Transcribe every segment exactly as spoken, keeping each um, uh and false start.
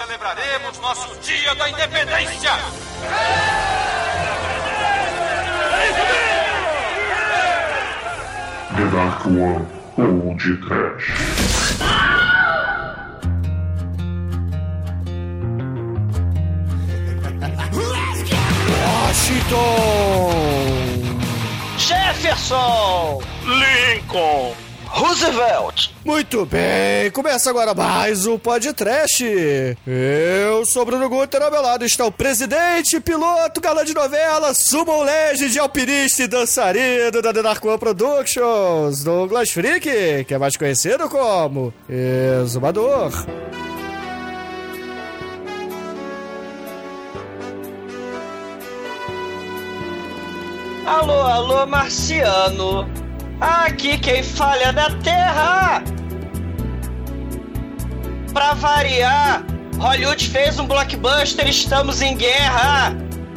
celebraremos nosso Dia da Independência! The Dark One Old Trash. Washington, Jefferson, Lincoln, Roosevelt. Muito bem, começa agora mais um podcast. Eu sou Bruno Guter, ao meu lado está o presidente, piloto, galã de novela, summon legend, alpinista e dançarino da The Dark One Productions, Douglas Freak, que é mais conhecido como Exumador. Alô, alô, marciano. Aqui quem fala é da Terra. Pra variar, Hollywood fez um blockbuster, estamos em guerra.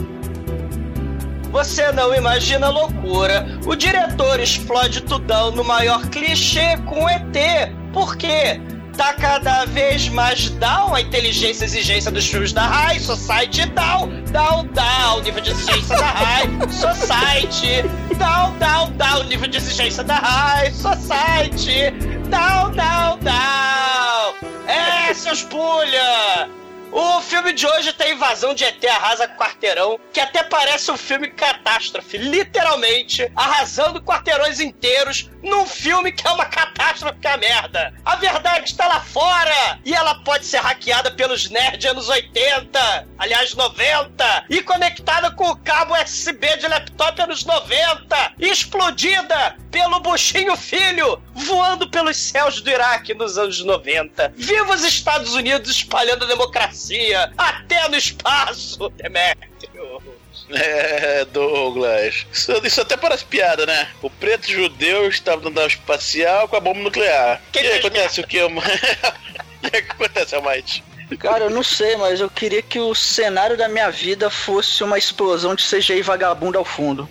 Você não imagina a loucura. O diretor explode tudão no maior clichê com E T. Por quê? Tá cada vez mais down a inteligência e exigência dos filmes da High Society. Down, down, down, nível de exigência da High Society. Down, down, down, nível de exigência da High Society. Down, down, down. É, seus pulha! O filme de hoje tem invasão de E T arrasa quarteirão, que até parece um filme catástrofe, literalmente, arrasando quarteirões inteiros num filme que é uma catástrofe, que é a merda. A verdade está lá fora, e ela pode ser hackeada pelos nerds anos oitenta, aliás, noventa, e conectada com o cabo U S B de laptop anos noventa, e explodida pelo buchinho filho, voando pelos céus do Iraque nos anos noventa. Viva os Estados Unidos espalhando a democracia até no espaço, Demétrio. É, Douglas. Isso, isso até parece piada, né? O preto judeu estava no nave espacial com a bomba nuclear. O que, que acontece? O que? O que acontece, Almighty? Cara, eu não sei, mas eu queria que o cenário da minha vida fosse uma explosão de C G I vagabundo ao fundo.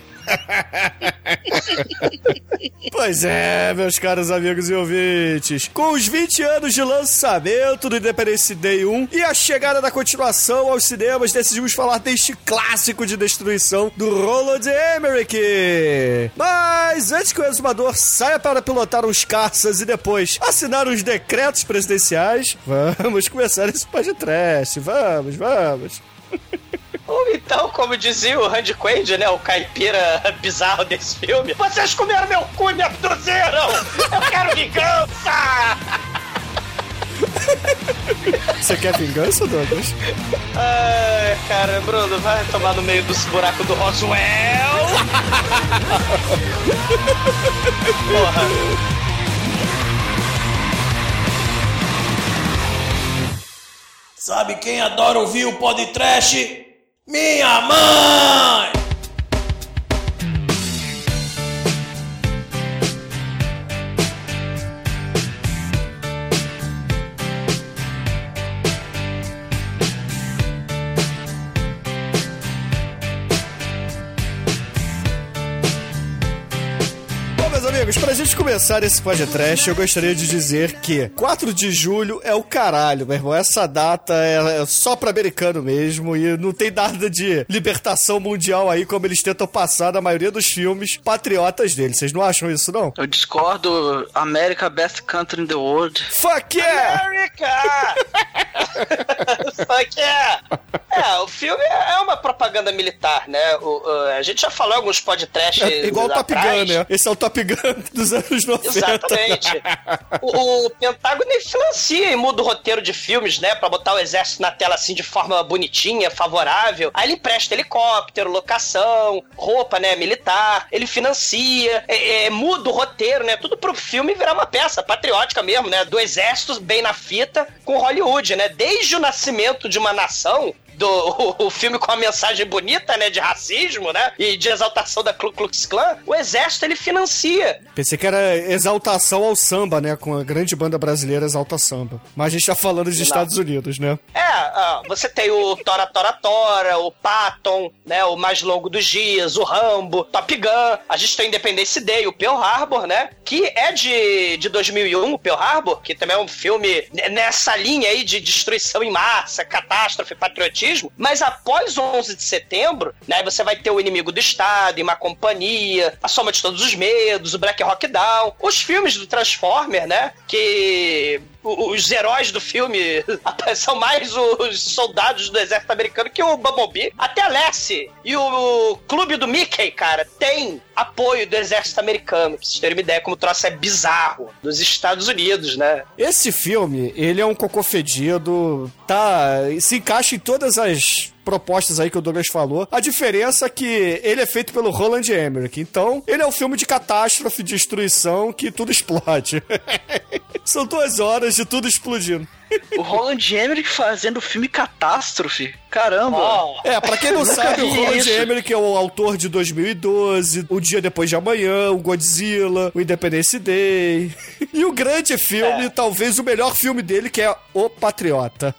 Pois é, meus caros amigos e ouvintes, com os vinte anos de lançamento do Independence Day um e a chegada da continuação aos cinemas, decidimos falar deste clássico de destruição do Roland Emmerich. Mas antes que o exumador saia para pilotar uns caças e depois assinar os decretos presidenciais, vamos começar esse podcast. Vamos, vamos. Ou então, como dizia o Randy Quaid, né, o caipira bizarro desse filme, vocês comeram meu cu e me abduziram! Eu quero vingança! Você quer vingança, Douglas? Ai, cara, Bruno, vai tomar no meio do buraco do Roswell! Porra! Sabe quem adora ouvir o podcast? Minha mãe! Meus amigos, pra gente começar esse podcast, eu gostaria de dizer que quatro de julho é o caralho, meu irmão. Essa data é só pra americano mesmo e não tem nada de libertação mundial aí, como eles tentam passar na maioria dos filmes patriotas deles. Vocês não acham isso, não? Eu discordo. America, best country in the world. Fuck yeah! America! Fuck yeah! É, o filme é uma propaganda militar, né? O, o, a gente já falou em alguns podcasts. É igual o Top Gun, né? Esse é o Top Gun dos anos noventa. Exatamente. O, o Pentágono financia e muda o roteiro de filmes, né? Pra botar o exército na tela assim de forma bonitinha, favorável. Aí ele empresta helicóptero, locação, roupa, né? Militar. Ele financia, é, é, muda o roteiro, né? Tudo pro filme virar uma peça patriótica mesmo, né? Do exército bem na fita com Hollywood, né? Desde o nascimento de uma nação, do o, o filme com a mensagem bonita, né, de racismo, né, e de exaltação da Ku Klux Klan, o exército, ele financia. Pensei que era exaltação ao samba, né, com a grande banda brasileira Exalta Samba. Mas a gente tá falando dos Não. Estados Unidos, né? É, uh, você tem o Tora Tora Tora, o Patton, né, o Mais Longo dos Dias, o Rambo, Top Gun, a gente tem Independence Day, o Pearl Harbor, né, que é de, de dois mil e um, o Pearl Harbor, que também é um filme nessa linha aí de destruição em massa, catástrofe, patriotismo, mas após onze de setembro, né, você vai ter o Inimigo do Estado, Em Má Companhia, A Soma de Todos os Medos, o Black Hawk Down, os filmes do Transformer, né, que os heróis do filme são mais os soldados do exército americano que o Bumblebee. Até a Lassie e o clube do Mickey, cara, tem apoio do exército americano. Pra vocês terem uma ideia como o troço é bizarro dos Estados Unidos, né? Esse filme, ele é um cocô fedido, tá, se encaixa em todas as propostas aí que o Douglas falou. A diferença é que ele é feito pelo Roland Emmerich. Então, ele é um filme de catástrofe, destruição, que tudo explode. São duas horas de tudo explodindo. O Roland Emmerich fazendo filme catástrofe. Caramba. Oh. É, pra quem não sabe, o Roland isso. Emmerich é o autor de dois mil e doze, O Dia Depois de Amanhã, o Godzilla, o Independence Day. E o grande filme, é. talvez o melhor filme dele, que é O Patriota.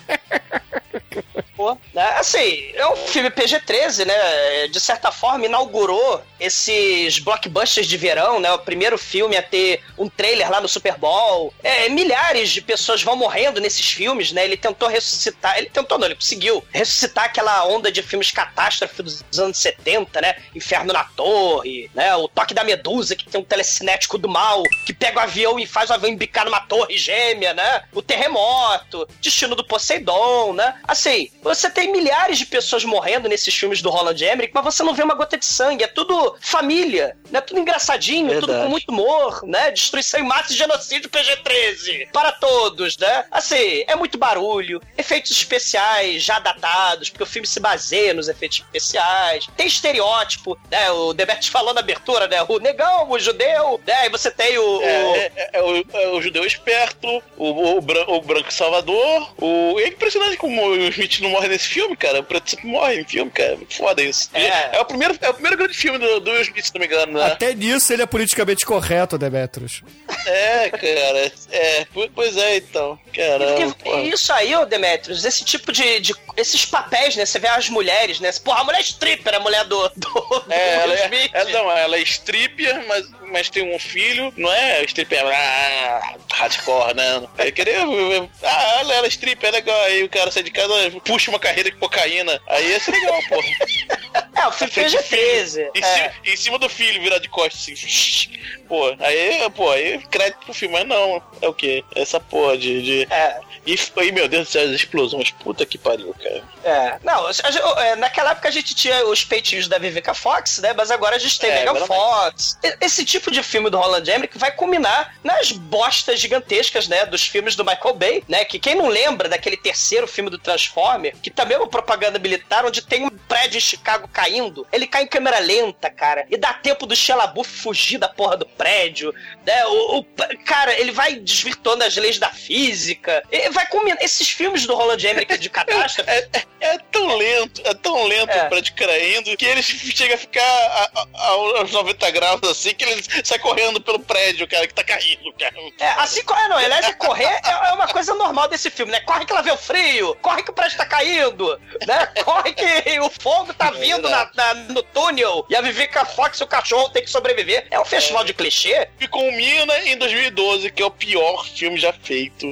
Pô, né? Assim, é um filme P G treze, né? De certa forma, inaugurou esses blockbusters de verão, né? O primeiro filme a ter um trailer lá no Super Bowl. É, milhares de pessoas vão morrendo nesses filmes, né? Ele tentou ressuscitar... Ele tentou não, ele conseguiu ressuscitar aquela onda de filmes catástrofe dos anos setenta, né? Inferno na Torre, né? O Toque da Medusa, que tem um telecinético do mal, que pega o avião e faz o avião embicar numa torre gêmea, né? O Terremoto, Destino do Poseidon, né? Assim, você tem milhares de pessoas morrendo nesses filmes do Roland Emmerich, mas você não vê uma gota de sangue. É tudo família, né? Tudo engraçadinho, Verdade. tudo com muito humor, né? Destruição em massa e genocídio P G treze. Para todos, né? Assim, é muito barulho, efeitos especiais já datados, porque o filme se baseia nos efeitos especiais. Tem estereótipo, né? O Demetrius falou na abertura, né? O negão, o judeu, né? E você tem o... É, o... É, é, é, o, é o judeu esperto, o, o, bran, o branco salvador, o... É impressionante como o Smith não morre nesse filme, cara. O preto sempre morre em filme, cara. Foda isso. É, é, o, primeiro, é o primeiro grande filme do, do Will Smith, se não me engano, né? Até nisso ele é politicamente correto, Demetrius. É, cara. É, pois é, então. Caramba. E, isso aí, ô Demetrius, esse tipo de, de... Esses papéis, né? Você vê as mulheres, né? Porra, a mulher é stripper, a mulher do... do, do é, Will ela Smith. É, não, ela é stripper, mas, mas tem um filho. Não é stripper ah, hardcore, né? É querer... Ah, ela, ela é stripper, é legal. Aí o cara sai de casa, puxa uma carreira de cocaína. Aí ia ser legal, porra. É, o filme P G treze. Em, é. cima, em cima do filho, virar de costas, assim. Pô, aí, pô, aí crédito pro filme. Mas não, é o quê? Essa porra de... de... É. E aí, meu Deus do céu, as explosões. Puta que pariu, cara. É, não, a, naquela época a gente tinha os peitinhos da Vivica Fox, né? Mas agora a gente tem é, Megan Fox. Esse tipo de filme do Roland Emmerich vai culminar nas bostas gigantescas, né? Dos filmes do Michael Bay, né? Que quem não lembra daquele terceiro filme do Transformer, que também é uma propaganda militar, onde tem um prédio em Chicago caindo, ele cai em câmera lenta, cara, e dá tempo do Shia LaBeouf fugir da porra do prédio, né? O, o, cara, ele vai desvirtuando as leis da física, ele vai culminar. Esses filmes do Roland Emmerich de catástrofe... É, é, é tão lento, é tão lento é. o prédio caindo, que ele chega a ficar a, a, aos noventa graus, assim, que ele sai correndo pelo prédio, cara, que tá caindo, cara. É, assim, é, não, aliás, correr é, é uma coisa normal desse filme, né? Corre que lá vê o frio, corre que o prédio tá caindo, né? Corre que o fogo tá vindo na, na, no túnel e a Vivica Fox e o cachorro tem que sobreviver. É um festival é. de clichê. E culmina em dois mil e doze, que é o pior filme já feito.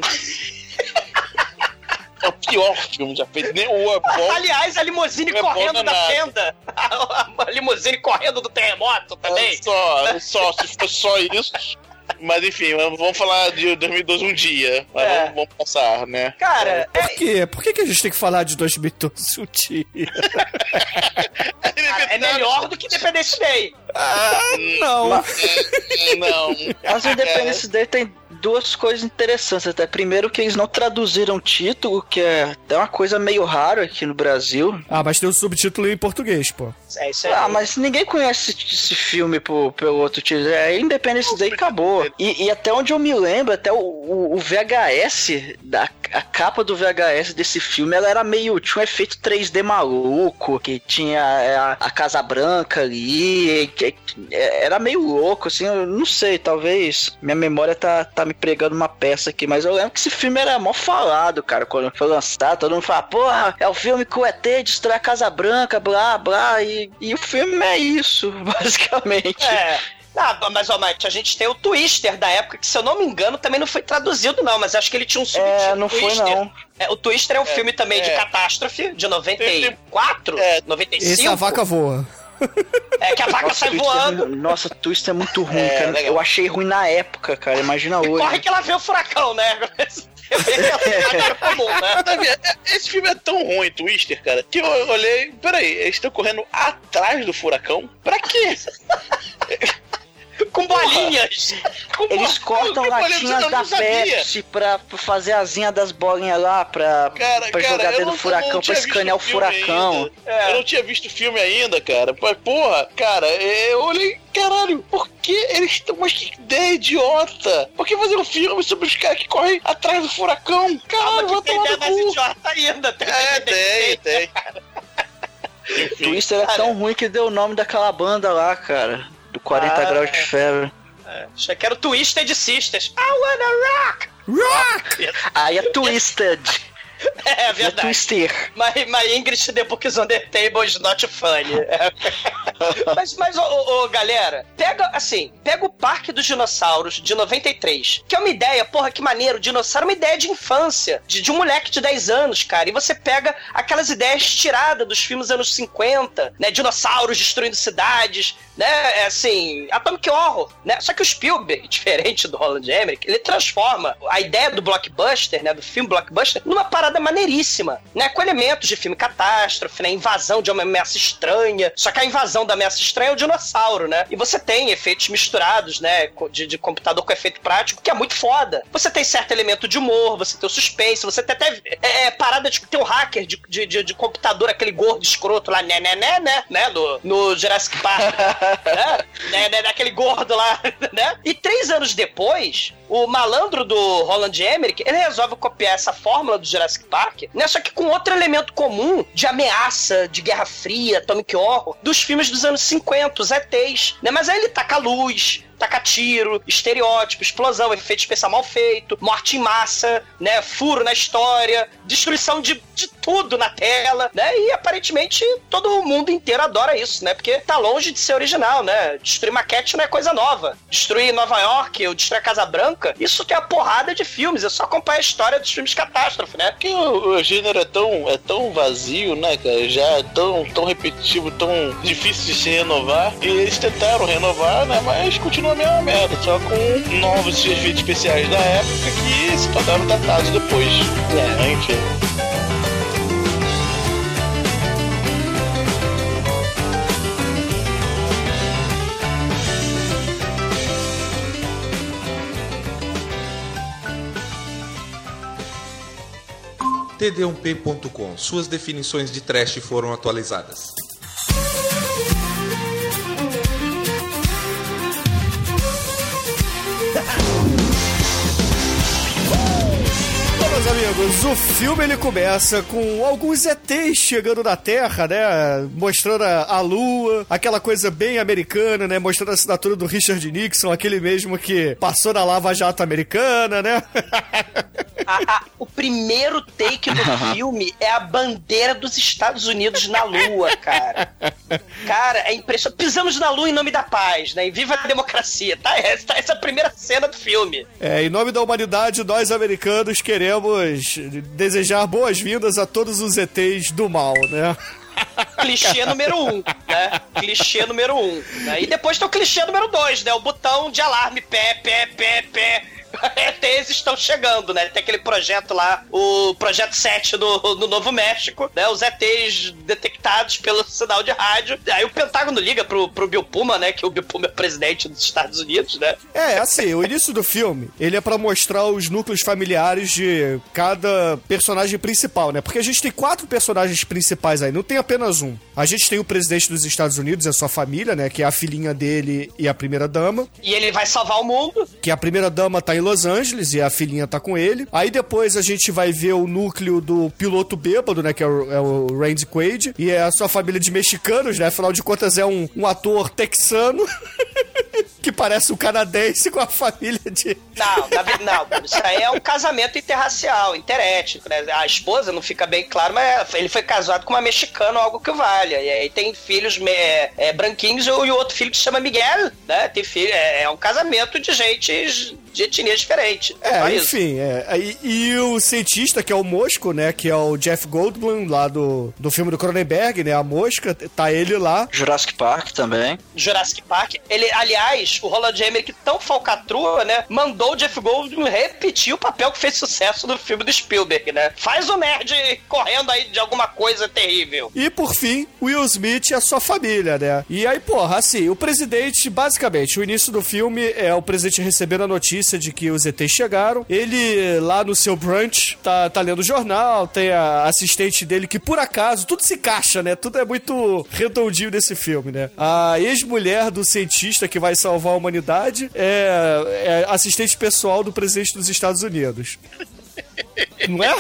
É o pior filme já feito. Nem o é bom. Aliás, a limusine é correndo da nada. fenda. A, a limusine correndo do terremoto também. É só, só, se fosse só isso. Mas enfim, vamos falar de dois mil e doze um dia. Mas é. vamos, vamos passar, né? Cara, por quê? Por que, que a gente tem que falar de dois mil e doze um dia? Cara, é melhor do que Independence Day. Ah, não. Mas, não. Mas o Independence Day tem duas coisas interessantes até. Primeiro que eles não traduziram o título, que é até uma coisa meio rara aqui no Brasil. Ah, mas tem o subtítulo em português, pô. É isso aí. Ah, mas ninguém conhece esse, esse filme por, pelo outro título. É Independence Day e acabou. E, e até onde eu me lembro, até o, o, o V H S da a capa do V H S desse filme, ela era meio... Tinha um efeito três D maluco, que tinha a, a Casa Branca ali, que, era meio louco, assim, eu não sei, talvez minha memória tá, tá me pregando uma peça aqui, mas eu lembro que esse filme era mó falado, cara, quando foi lançado, todo mundo fala, porra, é o filme que o E T destrói a Casa Branca, blá, blá, e, e o filme é isso, basicamente. É... Ah, mas, ó, Mike, a gente tem o Twister da época, que se eu não me engano também não foi traduzido, não, mas acho que ele tinha um subtítulo. É, não Twister. foi, não. É, o Twister é um é, filme também é. de catástrofe, de noventa e quatro, é, noventa e cinco. Esse a vaca voa. É, que a vaca Nossa, sai Twister voando. É, nossa, Twister é muito ruim, É, cara. legal. Eu achei ruim na época, cara, imagina E hoje. corre que ela vê o furacão, né? É comum, né? Sabe, esse filme é tão ruim, Twister, cara, que eu olhei, peraí, eles estão correndo atrás do furacão? Pra quê? Com bolinhas. Com Eles cortam que latinhas eu da não sabia. Pepsi pra, pra fazer a asinha das bolinhas lá, pra, Cara, pra cara, jogar eu dentro não- do furacão, eu não pra tinha escanear o visto filme furacão. ainda. É. Eu não tinha visto o filme ainda, cara. Mas, porra, cara, eu olhei, caralho, por que eles estão... Mas que ideia idiota! Por que fazer um filme sobre os caras que correm atrás do furacão? Caralho, Calma vai que tem tomar ideia no mais cu! idiota ainda. Tem É, tem, tem. Enfim. Twister é tão ruim que deu o nome daquela banda lá, cara. Do quarenta Ah, graus de febre. Achei que era o Twisted Sisters. I wanna rock! Rock! Aí é Twisted. É É verdade. Twister. My, my English the books on the table is not funny. mas, mas ô, ô, ô, galera, pega, assim, pega o Parque dos Dinossauros de noventa e três, que é uma ideia, porra, que maneiro, dinossauro é uma ideia de infância, de, de um moleque de dez anos, cara, e você pega aquelas ideias tiradas dos filmes anos cinquenta, né, dinossauros destruindo cidades, né, é assim, Atomic Horror, né, só que o Spielberg, diferente do Roland Emmerich, ele transforma a ideia do blockbuster, né, do filme blockbuster, numa parada maneiríssima, né, com elementos de filme catástrofe, né, invasão de uma ameaça estranha, só que a invasão da ameaça estranha é o dinossauro, né, e você tem efeitos misturados, né, de, de computador com efeito prático, que é muito foda. Você tem certo elemento de humor, você tem o suspense, você tem até é, parada de ter um hacker de, de, de, de computador, aquele gordo escroto lá, né, né, né, né, né, no, no Jurassic Park, né, né, né, aquele gordo lá, né, e três anos depois, o malandro do Roland Emmerich, ele resolve copiar essa fórmula do Jurassic Park, né, só que com outro elemento comum de ameaça, de Guerra Fria, Atomic Horror, dos filmes dos anos cinquenta, os E Tês, né, mas aí ele taca luz, taca tiro, estereótipo, explosão, efeito especial mal feito, morte em massa, né, furo na história, destruição de, de tudo na tela, né, e aparentemente todo mundo inteiro adora isso, né, porque tá longe de ser original, né, destruir maquete não é coisa nova, destruir Nova York ou destruir a Casa Branca, isso tem uma porrada de filmes, é só acompanhar a história dos filmes de catástrofe, né. Porque o, o gênero é tão, é tão vazio, né, cara, já é tão, tão repetitivo, tão difícil de se renovar, e eles tentaram renovar, né, mas continua a mesma merda, só com novos efeitos especiais da época que se tornaram datados depois. É, enfim. T D um P ponto com. Suas definições de trash foram atualizadas. Meus amigos, o filme ele começa com alguns E Tês chegando na Terra, né? Mostrando a, a Lua, aquela coisa bem americana, né? Mostrando a assinatura do Richard Nixon, aquele mesmo que passou na Lava Jato americana, né? A, a, o primeiro take do filme é a bandeira dos Estados Unidos na Lua, cara. Cara, é impressionante. Pisamos na Lua em nome da paz, né? E viva a democracia. Tá essa, essa é a primeira cena do filme. É, em nome da humanidade, nós americanos queremos desejar boas-vindas a todos os E Tês do mal, né? Clichê número um, né? Clichê número um. Né? E depois tem o clichê número dois, né? O botão de alarme, pé, pé, pé, pé. E Tês estão chegando, né? Tem aquele projeto lá, o Projeto sete do, do Novo México, né? Os E Tês detectados pelo sinal de rádio. Aí o Pentágono liga pro, pro Bill Pullman, né? Que o Bill Pullman é presidente dos Estados Unidos, né? É, assim, o início do filme, ele é pra mostrar os núcleos familiares de cada personagem principal, né? Porque a gente tem quatro personagens principais aí, não tem apenas um. A gente tem o presidente dos Estados Unidos e a sua família, né? Que é a filhinha dele e a primeira-dama. E ele vai salvar o mundo. Que a primeira-dama tá em Los Angeles e a filhinha tá com ele. Aí depois a gente vai ver o núcleo do piloto bêbado, né, que é o, é o Randy Quaid, e é a sua família de mexicanos, né, afinal de contas é um, um ator texano que parece um canadense com a família de... Não, não, não, isso aí é um casamento interracial, interétnico, né? A esposa não fica bem claro, mas ele foi casado com uma mexicana, algo que valha. E aí tem filhos é, é, branquinhos e o outro filho que se chama Miguel, né? Tem filho, é, é um casamento de gente de etnia diferente. É, enfim, é, e, e o cientista, que é o Mosco, né? Que é o Jeff Goldblum, lá do, do filme do Cronenberg, né? A Mosca, tá ele lá. Jurassic Park também. Jurassic Park. Ele, aliás, o Roland Emmerich, tão falcatrua, né? Mandou o Jeff Goldblum repetir o papel que fez sucesso no filme do Spielberg, né? Faz o nerd correndo aí de alguma coisa terrível. E, por fim, Will Smith e a sua família, né? E aí, porra, assim, o presidente, basicamente, o início do filme é o presidente recebendo a notícia de que os E Tês chegaram. Ele, lá no seu brunch, tá, tá lendo o jornal, tem a assistente dele que, por acaso, tudo se encaixa, né? Tudo é muito redondinho nesse filme, né? A ex-mulher do cientista que vai salvar a humanidade é, é assistente pessoal do presidente dos Estados Unidos. Não é?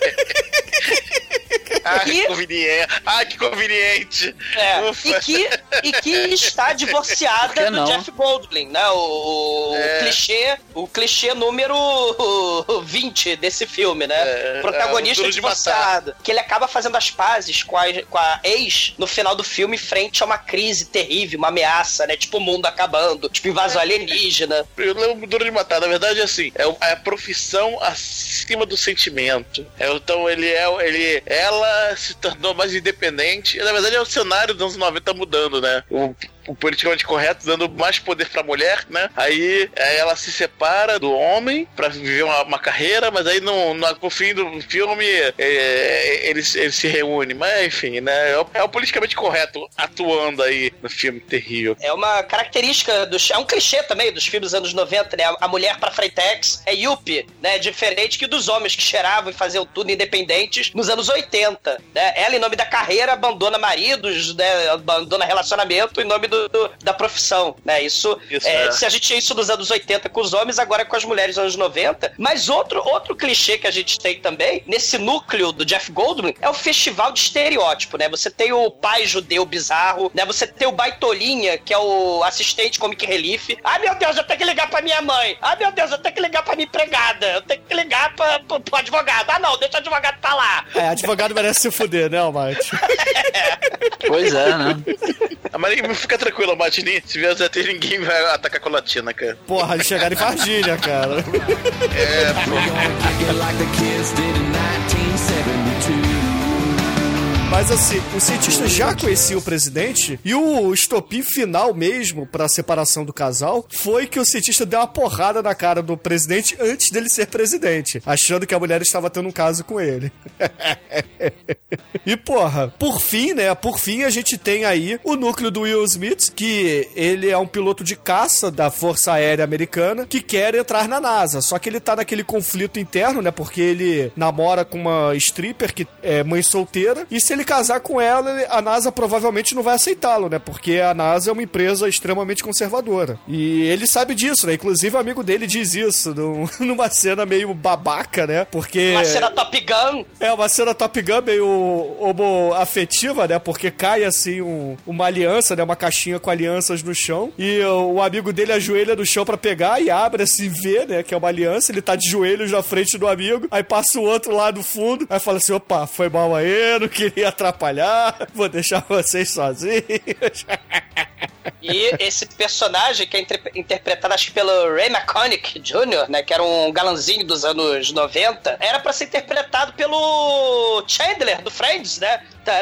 Ah, que conveniente. Ah, que conveniente. É, e, que, e que está divorciada do Jeff Goldblum, né? O, é. o clichê, o clichê número vinte desse filme, né? É, o protagonista é, divorciado. Que ele acaba fazendo as pazes com a, com a ex no final do filme frente a uma crise terrível, uma ameaça, né? Tipo o mundo acabando, tipo invasão alienígena. Eu lembro Duro de Matar. Na verdade, assim, é a profissão acima do sentimento. É, então ele é... Ele, ela se tornou mais independente. Na verdade, é o cenário dos anos noventa mudando, né? O, o politicamente correto dando mais poder pra mulher, né? Aí, aí ela se separa do homem pra viver uma, uma carreira, mas aí no, no, no fim do filme é, eles, eles se reúnem. Mas enfim, né? É o, é o politicamente correto atuando aí no filme terrível. É uma característica dos... É um clichê também dos filmes dos anos noventa, né? A mulher pra Freitex é yuppie, né? Diferente que dos homens que cheiravam e faziam tudo independentes nos anos oitenta, né? Ela, em nome da carreira, abandona maridos, né? Abandona relacionamento em nome do, do, da profissão, né? Isso, isso é, é. Se a gente tinha isso nos anos oitenta com os homens, agora é com as mulheres nos anos noventa. Mas outro, outro clichê que a gente tem também, nesse núcleo do Jeff Goldblum, é o festival de estereótipo, né? Você tem o pai judeu bizarro, né? Você tem o Baitolinha, que é o assistente comic relief. Ai, meu Deus, eu tenho que ligar pra minha mãe. Ai, meu Deus, eu tenho que ligar pra minha empregada. Eu tenho que ligar pra, pra, pro advogado. Ah, não, deixa o advogado tá lá. É, advogado merece se fuder, né, Almighty? Pois é, né? Mas fica tranquilo, Almighty. Se vier os E Tês, ninguém vai atacar com a latina, cara. Porra, eles chegaram em Varginha, cara. É, pô. Mas assim, o cientista já conhecia o presidente e o estopim final mesmo pra separação do casal foi que o cientista deu uma porrada na cara do presidente antes dele ser presidente, achando que a mulher estava tendo um caso com ele. E porra, por fim, né, por fim a gente tem aí o núcleo do Will Smith, que ele é um piloto de caça da Força Aérea Americana que quer entrar na NASA, só que ele tá naquele conflito interno, né, porque ele namora com uma stripper que é mãe solteira e se ele casar com ela, a NASA provavelmente não vai aceitá-lo, né? Porque a NASA é uma empresa extremamente conservadora. E ele sabe disso, né? Inclusive o amigo dele diz isso num, numa cena meio babaca, né? Porque... Uma cena Top Gun. É, uma cena Top Gun meio homoafetiva, né? Porque cai, assim, um, uma aliança, né? Uma caixinha com alianças no chão. E o, o amigo dele ajoelha no chão pra pegar e abre, assim, vê, né? Que é uma aliança. Ele tá de joelhos na frente do amigo. Aí passa o outro lá do fundo. Aí fala assim, opa, foi mal aí, não queria atrapalhar, vou deixar vocês sozinhos. E esse personagem, que é inter- interpretado acho que pelo Ray McConaughey Júnior, né, que era um galanzinho dos anos noventa, era pra ser interpretado pelo Chandler, do Friends, né?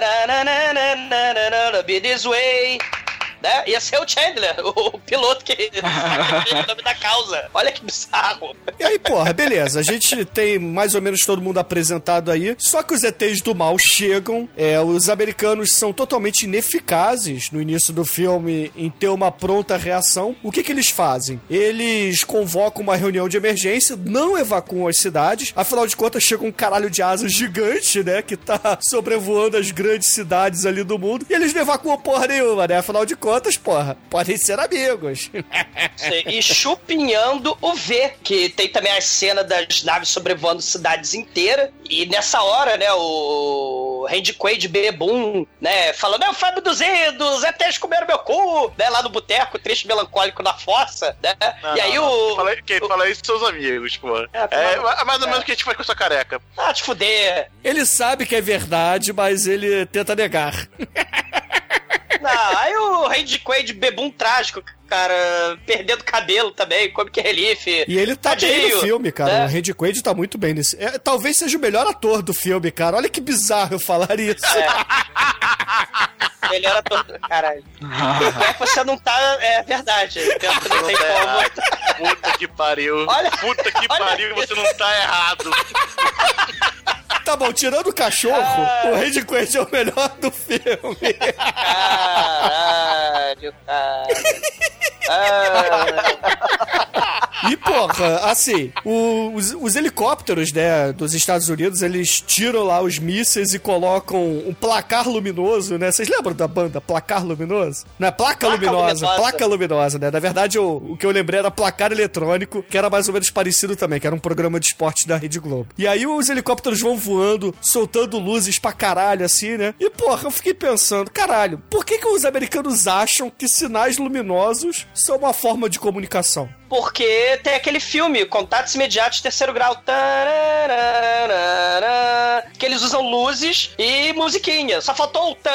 Be this way. Né? Ia ser o Chandler, o piloto que o nome da causa. Olha que bizarro. E aí, porra, beleza. A gente tem mais ou menos todo mundo apresentado aí. Só que os E Tês do mal chegam. É, os americanos são totalmente ineficazes no início do filme em ter uma pronta reação. O que que eles fazem? Eles convocam uma reunião de emergência, não evacuam as cidades. Afinal de contas, chega um caralho de asas gigante, né? Que tá sobrevoando as grandes cidades ali do mundo. E eles não evacuam porra nenhuma, né? Afinal de contas, porra, podem ser amigos. Sim, e chupinhando o V, que tem também a cena das naves sobrevoando cidades inteiras. E nessa hora, né, o Randy Quaid bebum, né, falando, é o Fábio dos Idos, é Tênis comeram meu cu, né, lá no boteco, triste melancólico na fossa, né, não, e aí não, o... Quem fala, quem o... fala isso são seus amigos, pô. É, é mais ou menos o é. que a gente faz com a sua careca. Ah, te fuder. Ele sabe que é verdade, mas ele tenta negar. Não, aí o Randy Quaid bebum trágico, cara, perdendo cabelo também, Comic Relief. E ele tá Tadinho, bem no filme, cara. Né? O Randy Quaid tá muito bem nesse. É, talvez seja o melhor ator do filme, cara. Olha que bizarro eu falar isso. É. Melhor ator do... Caralho. É que você não tá... É verdade. Não, não tem como. Puta que pariu. Olha, Puta que olha... pariu, você não tá errado. Tá bom, tirando o cachorro, ah. o Randy Quaid é o melhor do filme. Caralho, cara. Ah. E, porra, assim, os, os helicópteros, né, dos Estados Unidos, eles tiram lá os mísseis e colocam um placar luminoso, né? Vocês lembram da banda Placar Luminoso? Não é Placa, placa luminosa, luminosa, Placa Luminosa, né? Na verdade, o, o que eu lembrei era Placar Eletrônico, que era mais ou menos parecido também, que era um programa de esporte da Rede Globo. E aí os helicópteros vão voando, soltando luzes pra caralho, assim, né? E, porra, eu fiquei pensando, caralho, por que que os americanos acham que sinais luminosos são uma forma de comunicação? Porque tem aquele filme, Contatos Imediatos Terceiro Grau, que eles usam luzes e musiquinha. Só faltou o...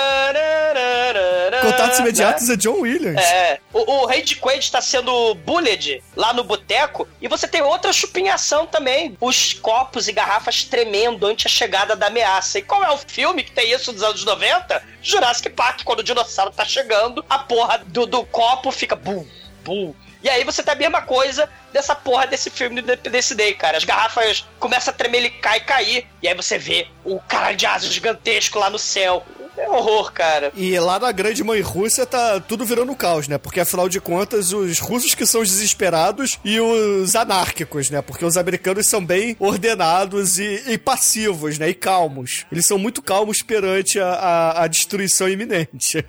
Contatos Imediatos, né? É John Williams. É. O, o Randy Quaid tá sendo bullied lá no boteco e você tem outra chupinhação também. Os copos e garrafas tremendo ante a chegada da ameaça. E qual é o filme que tem isso dos anos noventa? Jurassic Park, quando o dinossauro tá chegando, a porra do, do copo fica bum, bum. E aí você tem a mesma coisa dessa porra desse filme do Independence Day, cara. As garrafas começam a tremelicar e cair. E aí você vê o caralho de asa gigantesco lá no céu. É horror, cara. E lá na grande mãe Rússia tá tudo virando caos, né? Porque afinal de contas, os russos que são os desesperados e os anárquicos, né? Porque os americanos são bem ordenados e, e passivos, né? E calmos. Eles são muito calmos perante a, a, a destruição iminente.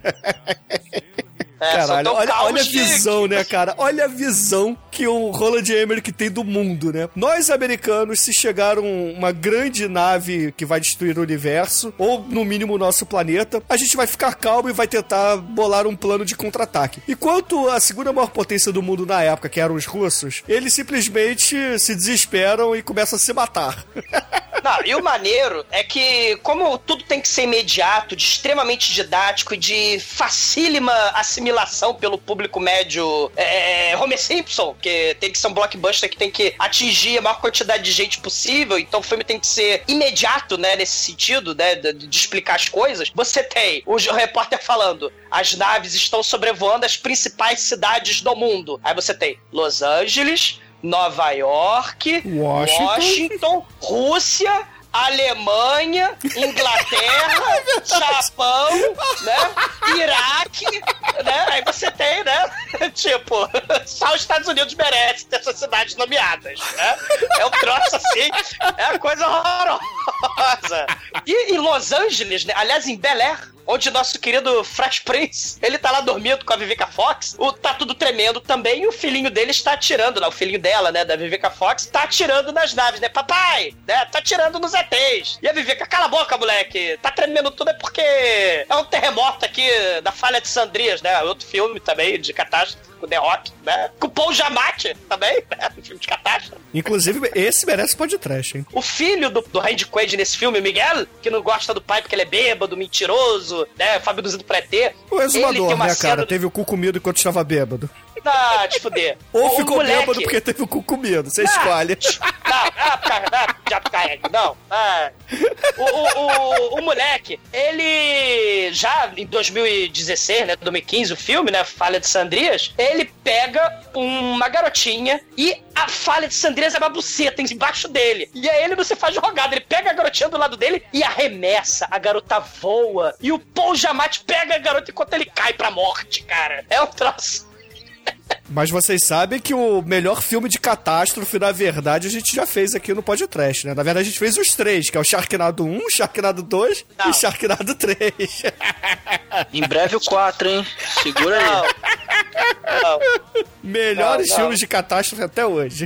É, caralho, olha, olha a visão, né, cara? Olha a visão que o Roland Emmerich tem do mundo, né? Nós, americanos, se chegar um, uma grande nave que vai destruir o universo, ou no mínimo o nosso planeta, a gente vai ficar calmo e vai tentar bolar um plano de contra-ataque. Enquanto a segunda maior potência do mundo na época, que eram os russos, eles simplesmente se desesperam e começam a se matar. Não, e o maneiro é que, como tudo tem que ser imediato, de extremamente didático e de facílima assimilação pelo público médio, é, Homer Simpson, que tem que ser um blockbuster que tem que atingir a maior quantidade de gente possível, então o filme tem que ser imediato, né, nesse sentido, né, de, de explicar as coisas. Você tem o repórter falando, as naves estão sobrevoando as principais cidades do mundo. Aí você tem Los Angeles, Nova York, Washington, Washington Rússia, Alemanha, Inglaterra, Japão, né? Iraque, né? Aí você tem, né? Tipo, só os Estados Unidos merecem ter essas cidades nomeadas, né? É um troço assim, é uma coisa horrorosa. E em Los Angeles, né? Aliás, em Bel Air, onde nosso querido Fresh Prince, ele tá lá dormindo com a Vivica Fox, o, tá tudo tremendo também, e o filhinho dele está atirando, né, o filhinho dela, né, da Vivica Fox, tá atirando nas naves, né, papai, né, tá atirando nos E Tês. E a Vivica, cala a boca, moleque, tá tremendo tudo é porque é um terremoto aqui da Falha de Sandrias, né, outro filme também de catástrofe, com The Rock, né, com o Paul Giamatti também, né, um filme de catástrofe. Inclusive, esse merece podcast, hein. O filho do, do Randy Quaid nesse filme, o Miguel, que não gosta do pai porque ele é bêbado, mentiroso, né, Fábio dos Idos pra E T. O exumador, né, cara? Do... Teve o cu comido enquanto estava bêbado. Ah, te fuder. Ou o, ficou o bêbado porque teve o cu comido. Você não, escolhe. Não, ah, já carrega. Não. Ah. O, o, o, o moleque, ele já em dois mil e dezesseis, né, dois mil e quinze, o filme, né, Falha de Sandrias, ele pega uma garotinha e a Falha de Sandrias é uma buceta embaixo dele. E aí ele não se faz jogada, ele pega a garotinha do lado dele e arremessa, a garota voa. E o Paul Giamatti pega a garota enquanto ele cai pra morte, cara. É um troço. Mas vocês sabem que o melhor filme de catástrofe, na verdade, a gente já fez aqui no Podcast, né? Na verdade, a gente fez os três, que é o Sharknado um, Sharknado dois não. e Sharknado três. Em breve o quatro, hein? Segura aí. Não. Não. Melhores Não, não. filmes de catástrofe até hoje.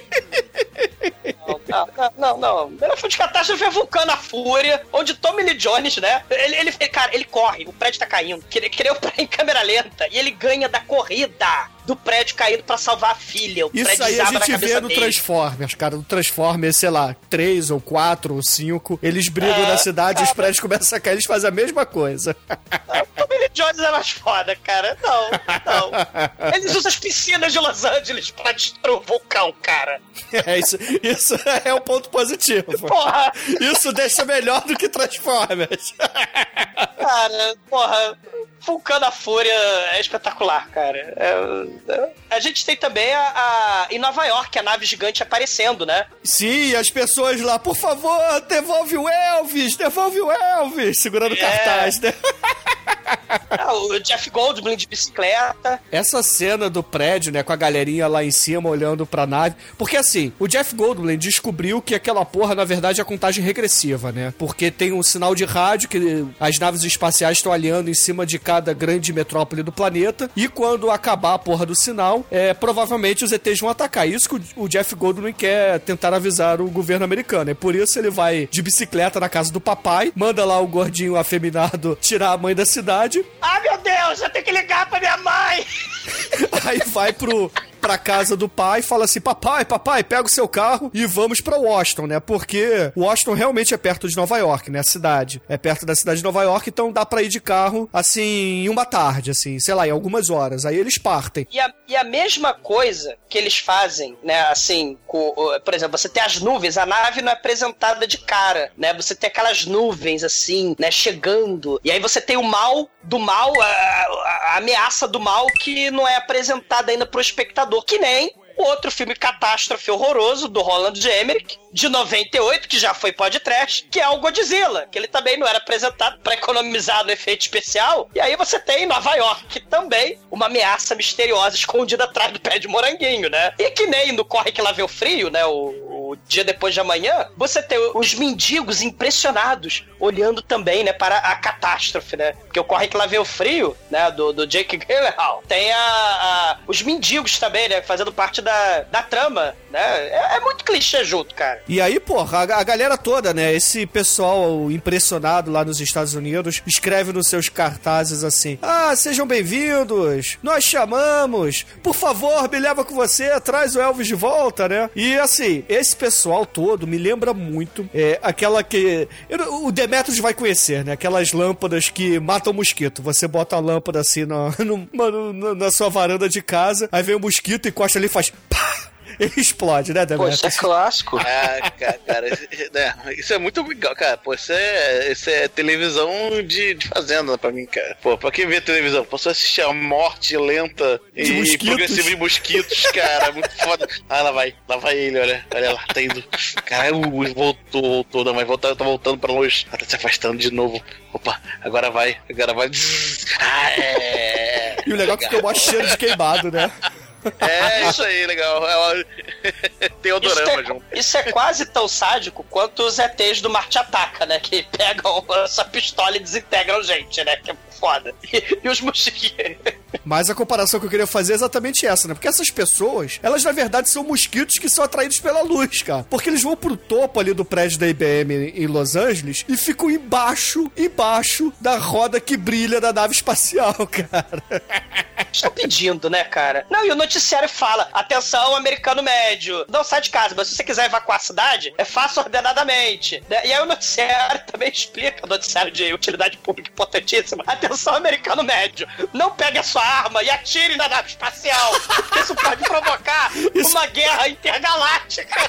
Não, não, não, não. O melhor filme de catástrofe é Vulcano a Fúria, onde Tommy Lee Jones, né? Ele, ele, cara, ele corre, o prédio tá caindo. Queria, queria em câmera lenta. E ele ganha da corrida do prédio caindo pra salvar a filha. O Isso prédio aí a desaba na gente cabeça vê no dele. Transformers, cara. No Transformers, sei lá, três ou quatro ou cinco, eles brigam É, na cidade e é. os prédios começam a cair, eles fazem a mesma coisa. O Tommy Lee Jones é mais foda, cara. Não, não. Eles usam as piscinas de Los Angeles pra destruir o vulcão, cara. É, isso, isso é um ponto positivo. Porra! Isso deixa melhor do que Transformers. Cara, porra, Vulcano a Fúria é espetacular, cara. É, é, a gente tem também a, a- em Nova York, a nave gigante aparecendo, né? Sim, as pessoas lá, por favor, devolve o Elvis, devolve o Elvis, segurando É. cartaz, né? Ah, o Jeff Goldblum de bicicleta. Essa cena do prédio, né, com a galerinha lá em cima olhando pra nave. Porque assim, o Jeff Goldblum descobriu que aquela porra, na verdade, é a contagem regressiva, né? Porque tem um sinal de rádio que as naves espaciais estão alinhando em cima de cada grande metrópole do planeta. E quando acabar a porra do sinal, é, provavelmente os E Tês vão atacar. Isso que o- o Jeff Goldblum quer tentar avisar o governo americano. É por isso ele vai de bicicleta na casa do papai, manda lá o gordinho afeminado tirar a mãe da cidade. Ah, meu Deus, eu tenho que ligar pra minha mãe! Aí vai pro, pra casa do pai e fala assim, papai, papai, pega o seu carro e vamos pra Washington, né? Porque Washington realmente é perto de Nova York, né? A cidade. É perto da cidade de Nova York, então dá pra ir de carro, assim, em uma tarde, assim, sei lá, em algumas horas. Aí eles partem. E a, e a mesma coisa que eles fazem, né, assim, com, o- por exemplo, você tem as nuvens, a nave não é apresentada de cara, né, você tem aquelas nuvens, assim, né, chegando, e aí você tem o mal do mal, a, a- a ameaça do mal que não é apresentada ainda pro espectador, que nem o outro filme catástrofe horroroso do Roland Emmerich, de noventa e oito, que já foi podcast, que é o Godzilla, que ele também não era apresentado pra economizar no efeito especial. E aí você tem em Nova York também uma ameaça misteriosa escondida atrás do pé de moranguinho, né? E que nem no Corre Que Lá Vê o Frio, né? O, o Dia Depois de Amanhã, você tem os mendigos impressionados olhando também, né, para a catástrofe, né? Porque o Corre Que Lá Vê o Frio, né, do, do Jake Gyllenhaal, tem a, a- os mendigos também, né, fazendo parte da, da trama, né? É, é muito clichê junto, cara. E aí, porra, a, a galera toda, né? Esse pessoal impressionado lá nos Estados Unidos escreve nos seus cartazes assim: ah, sejam bem-vindos, nós chamamos, por favor, me leva com você, traz o Elvis de volta, né? E assim, esse pessoal todo me lembra muito é, aquela que. eu- o Demetrius vai conhecer, né? Aquelas lâmpadas que matam mosquito. Você bota a lâmpada assim na, no- no- no- na sua varanda de casa, aí vem o mosquito, encosta ali e faz. Pá! Ele explode, né, Pô, Demetrius? isso é clássico. Ah, cara, cara, né, isso é muito legal, cara. Pô, isso é, isso é televisão de, de fazenda pra mim, cara. Pô, pra quem vê televisão, posso assistir a morte lenta De e mosquitos. progressiva de mosquitos, cara. Muito foda. Ah, lá vai, lá vai ele, olha. Olha lá, tá indo. Caralho, voltou, voltou, não, mas volta, tá voltando pra longe. Ah, tá se afastando de novo. Opa, agora vai, agora vai. Ah, é. E o legal é que fica o maior cheiro de queimado, né? É isso aí, legal. É uma... Tem Isso odorama é, junto. isso é quase tão sádico quanto os E Tês do Marte Ataca, né? Que pegam essa pistola e desintegram gente, né? Que é foda. E, e os mosquitos. Mas a comparação que eu queria fazer é exatamente essa, né? Porque essas pessoas, elas na verdade são mosquitos que são atraídos pela luz, cara. Porque eles vão pro topo ali do prédio da I B M em Los Angeles e ficam embaixo, embaixo da roda que brilha da nave espacial, cara. Estão pedindo, né, cara? Não, e o noticiário fala: atenção, americano médio, não sai de casa, mas se você quiser evacuar a cidade, é faça ordenadamente. Né? E aí o noticiário também explica, o noticiário de utilidade pública importantíssima: atenção, americano médio, não pegue a sua arma e atire na nave espacial, porque isso pode provocar uma guerra intergaláctica.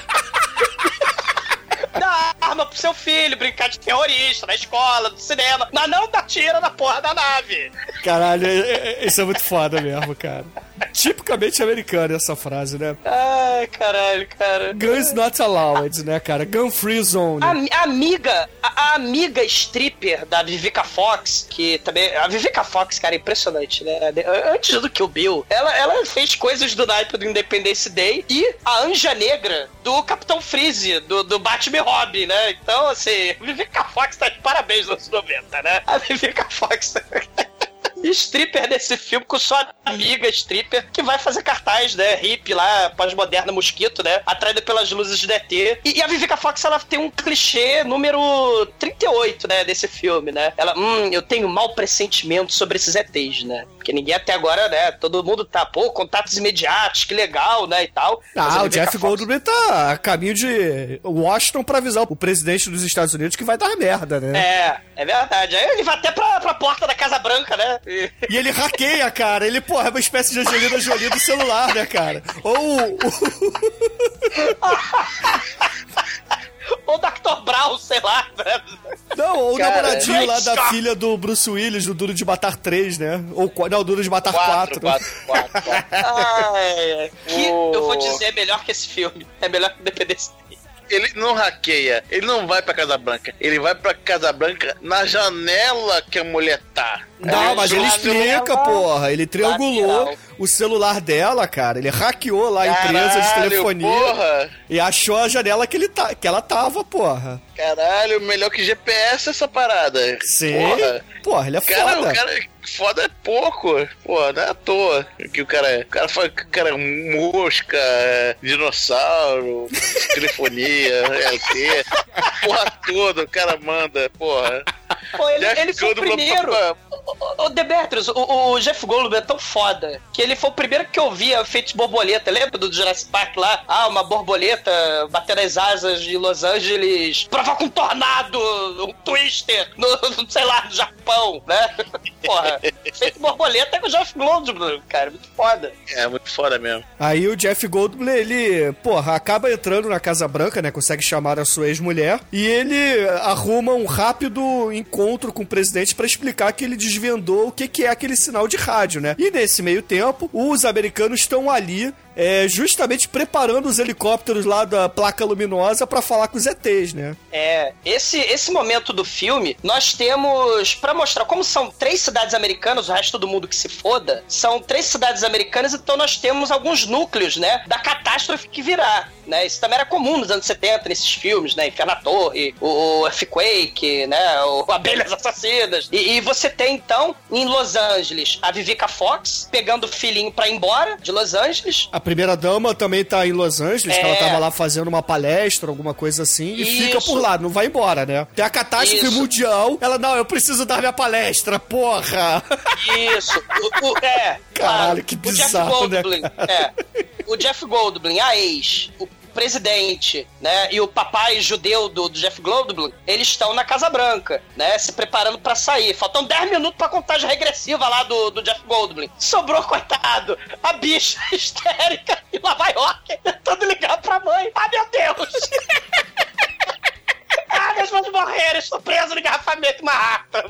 Dá arma pro seu filho brincar de terrorista na escola, no cinema, mas não dá tiro na porra da nave. Caralho, é- é- isso é muito foda mesmo, cara. Tipicamente americano essa frase, né? Ai, caralho, cara. Guns not allowed, né, cara? Gun free zone. A, a amiga, a, a amiga stripper da Vivica Fox, que também. A Vivica Fox, cara, é impressionante, né? Antes do Kill Bill, ela, ela fez coisas do naipe do Independence Day e a Anja Negra do Capitão Freeze, do, do Batman e Robin, né? Então, assim, a Vivica Fox tá de parabéns nos anos noventa, né? A Vivica Fox. stripper desse filme com sua amiga stripper, que vai fazer cartaz, né, hippie lá, pós-moderna mosquito, né, atraída pelas luzes de E T. E, e a Vivica Fox, ela tem um clichê número trinta e oito, né, desse filme, né. Ela, hum, eu tenho mau pressentimento sobre esses E Tês, né, porque ninguém até agora, né, todo mundo tá, pô, contatos imediatos, que legal, né, e tal. Ah, o Jeff Goldblum tá a caminho de Washington pra avisar o presidente dos Estados Unidos que vai dar merda, né. É, é verdade. Aí ele vai até pra, pra porta da Casa Branca, né. E, e ele hackeia, cara. Ele, porra, é uma espécie de Angelina Jolie do celular, né, cara? Ou o... ou doutor Brown, sei lá. Não, ou o cara, namoradinho lá da filha do Bruce Willis, do Duro de Matar três, né? Ou, não, Duro de Matar quatro. quatro, quatro, quatro, quatro. Ai, que oh. eu vou dizer, é melhor que esse filme. É melhor que o Independence Day. Ele não hackeia, ele não vai pra Casa Branca, ele vai pra Casa Branca na janela que a mulher tá. Não, é, mas ele explica, porra. Ele triangulou o celular dela, cara. Ele hackeou lá a empresa de telefonia porra. E achou a janela que, ele tá, que ela tava, porra. Caralho, melhor que G P S essa parada. Sim. Porra, porra ele é cara, foda. O cara foda é pouco. Pô, não é à toa que o cara, o cara faz, o cara é mosca, dinossauro, telefonia, L T, porra toda, o cara manda, porra. Pô, ele, ele foi o primeiro. Ô, Demetrius, o, o Jeff Goldblum é tão foda que ele foi o primeiro que eu via feito de borboleta. Lembra do Jurassic Park lá? Ah, uma borboleta batendo as asas de Los Angeles provoca um tornado, um twister, no, no, sei lá, no Japão, né? Porra, feito borboleta é com o Jeff Goldblum, cara. Muito foda. É, muito foda mesmo. Aí o Jeff Goldblum, ele, porra, acaba entrando na Casa Branca, né? Consegue chamar a sua ex-mulher e ele arruma um rápido encontro com o presidente pra explicar que ele desvendou o que, que é aquele sinal de rádio, né? E nesse meio tempo, os americanos estão ali é, justamente preparando os helicópteros lá da placa luminosa pra falar com os E Tês, né? É, esse, esse momento do filme, nós temos, pra mostrar como são três cidades americanas, o resto do mundo que se foda, são três cidades americanas, então nós temos alguns núcleos, né, da catástrofe que virá, né? Isso também era comum nos anos setenta, nesses filmes, né? Inferno na Torre, o, o Earthquake, né? O Abelhas Assassinas. E, e você tem, então, em Los Angeles, a Vivica Fox pegando o filhinho pra ir embora de Los Angeles. A primeira dama também tá em Los Angeles, é. que ela tava lá fazendo uma palestra, alguma coisa assim, e Isso. fica por lá, não vai embora, né? Tem a catástrofe Isso. mundial, ela, não, eu preciso dar minha palestra, porra! Isso, o, o, é. Caralho, claro, que o Jeff bizarro, Goldblum, né, é. O Jeff Goldblum, a ex, o presidente, né, e o papai judeu do, do Jeff Goldblum, eles estão na Casa Branca, né, se preparando pra sair. Faltam dez minutos pra contagem regressiva lá do, do Jeff Goldblum. Sobrou, coitado, a bicha histérica em Nova York, tentando ligar pra mãe. Ah, meu Deus! Ah, meus vamos morrer, estou preso no engarrafamento em Manhattan.